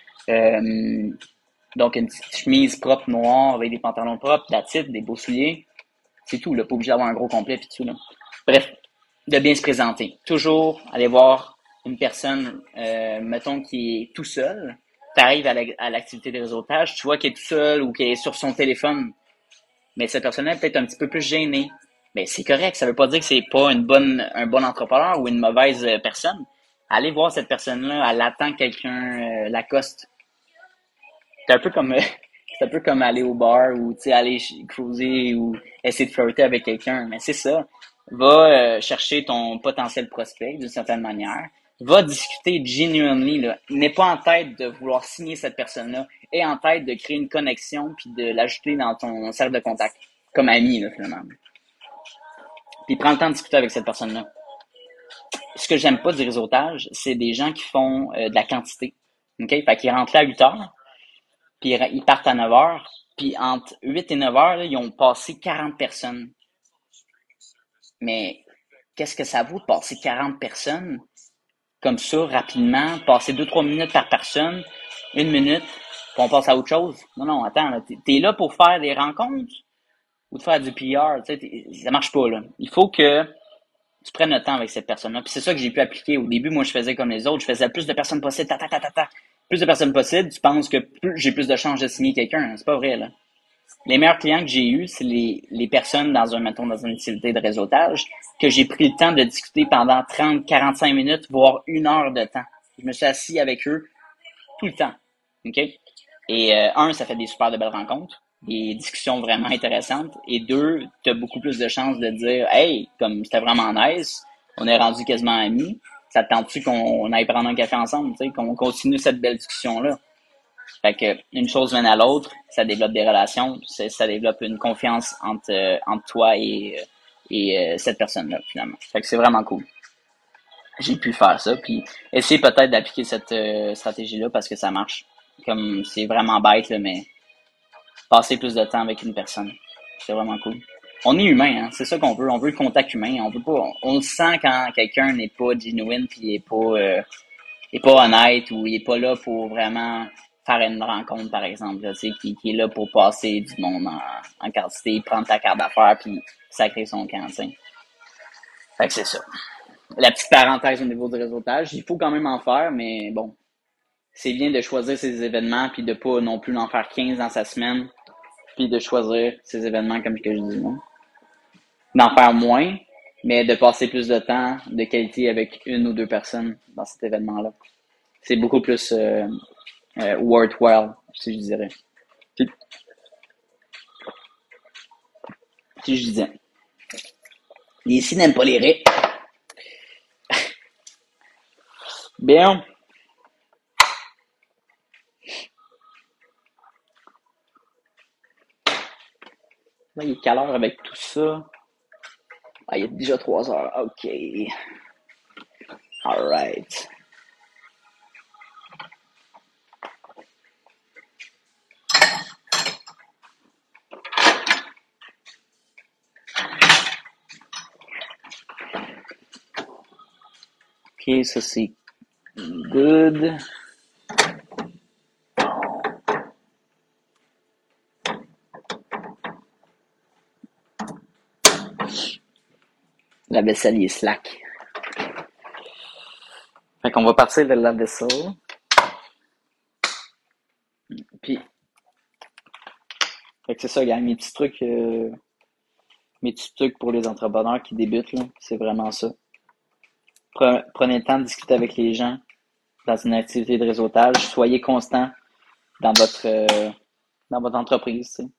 Donc, une petite chemise propre noire avec des pantalons propres, that's it, des beaux souliers. C'est tout, là. Pas obligé d'avoir un gros complet pis tout, là. Bref, de bien se présenter. Toujours aller voir une personne, mettons, qui est tout seul. T'arrives à l'activité de réseautage, tu vois qu'il est tout seul ou qu'il est sur son téléphone. Mais cette personne-là est peut-être un petit peu plus gênée. Mais c'est correct, ça veut pas dire que c'est pas un bon entrepreneur ou une mauvaise personne. Allez voir cette personne-là, elle attend que quelqu'un l'accoste. C'est un peu comme c'est un peu comme aller au bar ou tu sais aller cruiser ou essayer de flirter avec quelqu'un, mais c'est ça. Va chercher ton potentiel prospect d'une certaine manière. Va discuter genuinely là. N'aie pas en tête de vouloir signer cette personne-là, aie en tête de créer une connexion puis de l'ajouter dans ton cercle de contact comme ami là finalement. Puis prends le temps de discuter avec cette personne-là. Ce que j'aime pas du réseautage, c'est des gens qui font de la quantité. OK? Fait qu'ils rentrent là à 8 heures, puis ils partent à 9 heures, puis entre 8 et 9 heures, là, ils ont passé 40 personnes. Mais qu'est-ce que ça vaut de passer 40 personnes comme ça, rapidement, passer 2-3 minutes par personne, 1 minute, puis on passe à autre chose? Non, attends, là, t'es là pour faire des rencontres ou de faire du PR, tu sais, ça marche pas, là. Il faut que tu prennes le temps avec cette personne-là. Puis c'est ça que j'ai pu appliquer. Au début, moi, je faisais comme les autres. Je faisais le plus de personnes possible. Plus de personnes possible, tu penses que j'ai plus de chances de signer quelqu'un. Hein. C'est pas vrai, là. Les meilleurs clients que j'ai eus, c'est les personnes mettons, dans une activité de réseautage, que j'ai pris le temps de discuter pendant 30, 45 minutes, voire 1 heure de temps. Je me suis assis avec eux tout le temps. OK? Et ça fait des super de belles rencontres, des discussions vraiment intéressantes. Et deux, tu as beaucoup plus de chances de dire hey, comme c'était vraiment nice, on est rendu quasiment amis. Ça te tente-tu qu'on aille prendre un café ensemble, tu sais, qu'on continue cette belle discussion-là? Fait que une chose mène à l'autre, ça développe des relations, ça développe une confiance entre toi et cette personne-là, finalement. Fait que c'est vraiment cool. J'ai pu faire ça, puis essayer peut-être d'appliquer cette stratégie-là parce que ça marche. Comme c'est vraiment bête, là, mais passer plus de temps avec une personne, c'est vraiment cool. On est humain, hein, c'est ça qu'on veut. On veut le contact humain. On veut pas. On le sent quand quelqu'un n'est pas genuine puis est pas honnête ou il est pas là pour vraiment faire une rencontre, par exemple, là, tu sais, qui est là pour passer du monde en quantité, prendre ta carte d'affaires puis sacrer son camp, tu sais. Fait que c'est ça. La petite parenthèse au niveau du réseautage, il faut quand même en faire, mais bon, c'est bien de choisir ses événements puis de pas non plus en faire 15 dans sa semaine puis de choisir ses événements comme que je dis, non? D'en faire moins, mais de passer plus de temps de qualité avec 1 ou 2 personnes dans cet événement-là. C'est beaucoup plus worthwhile, si je dirais. Si je disais. Les ici n'aiment pas les raies. Bien. Là, il est quelle heure avec tout ça? Ah, il est déjà 3 heures. OK. Alright. OK, ça c'est good. La vaisselle est slack. Fait qu'on va partir de la vaisselle. Puis, fait que c'est ça, gang, mes petits trucs pour les entrepreneurs qui débutent, là, c'est vraiment ça. Prenez le temps de discuter avec les gens dans une activité de réseautage. Soyez constant dans votre entreprise, tu sais.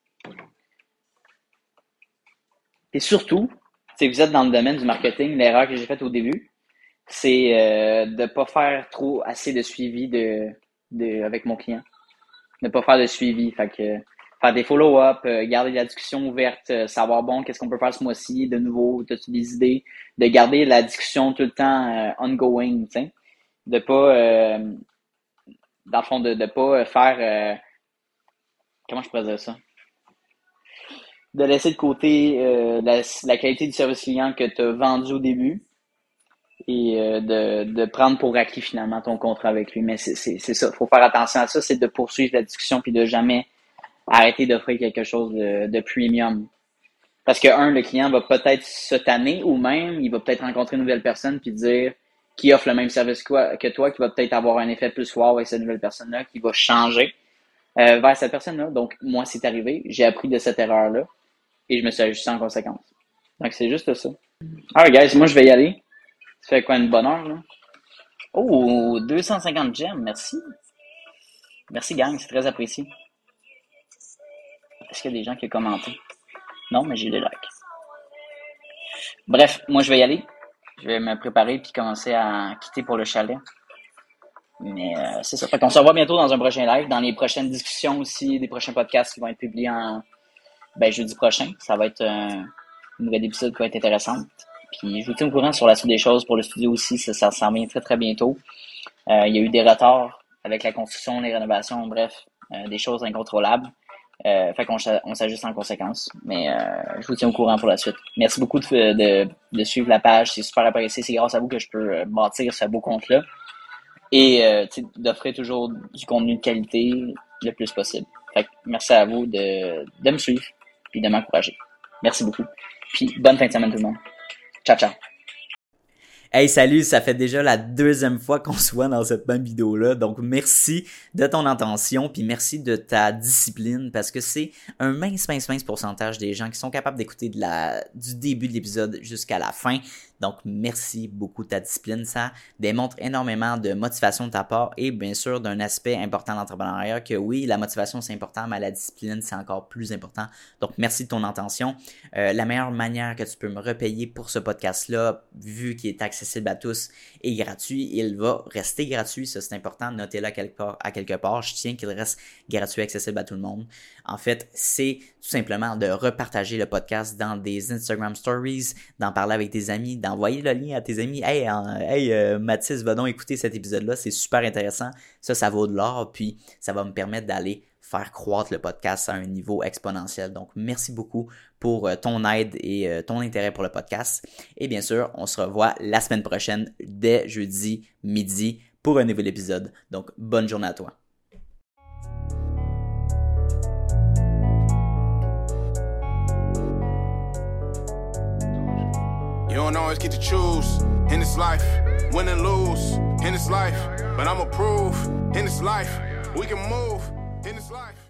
Et surtout, si vous êtes dans le domaine du marketing, l'erreur que j'ai faite au début, c'est de pas faire assez de suivi avec mon client. Ne pas faire de suivi. Fait que faire des follow-up, garder la discussion ouverte, savoir bon, qu'est-ce qu'on peut faire ce mois-ci de nouveau, as-tu des idées, de garder la discussion tout le temps ongoing, tu sais. De pas dans le fond, de pas faire comment je pourrais dire ça? De laisser de côté la qualité du service client que tu as vendu au début et de prendre pour acquis finalement ton contrat avec lui. Mais c'est ça, faut faire attention à ça, c'est de poursuivre la discussion puis de jamais arrêter d'offrir quelque chose de premium. Parce que le client va peut-être se tanner ou même il va peut-être rencontrer une nouvelle personne puis dire qui offre le même service que toi, qui va peut-être avoir un effet plus fort avec cette nouvelle personne-là, qui va changer vers cette personne-là. Donc, moi, c'est arrivé. J'ai appris de cette erreur-là et je me suis ajusté en conséquence. Donc, c'est juste ça. Alright, guys, moi, je vais y aller. Ça fait quoi, une bonne heure, là? Oh, 250 gemmes, merci. Merci, gang, c'est très apprécié. Est-ce qu'il y a des gens qui ont commenté? Non, mais j'ai les likes. Bref, moi, je vais y aller. Je vais me préparer puis commencer à quitter pour le chalet. Mais c'est ça. Fait qu'on se revoit bientôt dans un prochain live, dans les prochaines discussions aussi, des prochains podcasts qui vont être publiés jeudi prochain. Ça va être un nouvel épisode qui va être intéressant. Puis je vous tiens au courant sur la suite des choses pour le studio aussi. Ça s'en vient très très bientôt. Il y a eu des retards avec la construction, les rénovations, bref, des choses incontrôlables. Fait qu'on s'ajuste en conséquence. Mais je vous tiens au courant pour la suite. Merci beaucoup de suivre la page. C'est super apprécié. C'est grâce à vous que je peux bâtir ce beau compte-là. Et d'offrir toujours du contenu de qualité le plus possible. Fait que merci à vous de me suivre et de m'encourager. Merci beaucoup. Puis bonne fin de semaine tout le monde. Ciao, ciao. Hey, salut, ça fait déjà la 2e fois qu'on se voit dans cette même vidéo-là. Donc, merci de ton attention, puis merci de ta discipline, parce que c'est un mince pourcentage des gens qui sont capables d'écouter du début de l'épisode jusqu'à la fin. Donc, merci beaucoup de ta discipline. Ça démontre énormément de motivation de ta part et bien sûr d'un aspect important de l'entrepreneuriat que oui, la motivation c'est important, mais la discipline c'est encore plus important. Donc, merci de ton attention. La meilleure manière que tu peux me repayer pour ce podcast-là, vu qu'il est accessible à tous et gratuit, il va rester gratuit. Ça, c'est important. Notez-le à quelque part. Je tiens qu'il reste gratuit, accessible à tout le monde. En fait, c'est tout simplement de repartager le podcast dans des Instagram Stories, d'en parler avec tes amis, d'envoyer le lien à tes amis. Hey, Mathis, va donc écouter cet épisode-là, c'est super intéressant. Ça vaut de l'or, puis ça va me permettre d'aller faire croître le podcast à un niveau exponentiel. Donc, merci beaucoup pour ton aide et ton intérêt pour le podcast. Et bien sûr, on se revoit la semaine prochaine, dès jeudi midi, pour un nouvel épisode. Donc, bonne journée à toi. You don't always get to choose in this life, win and lose in this life. But I'ma prove in this life, we can move in this life.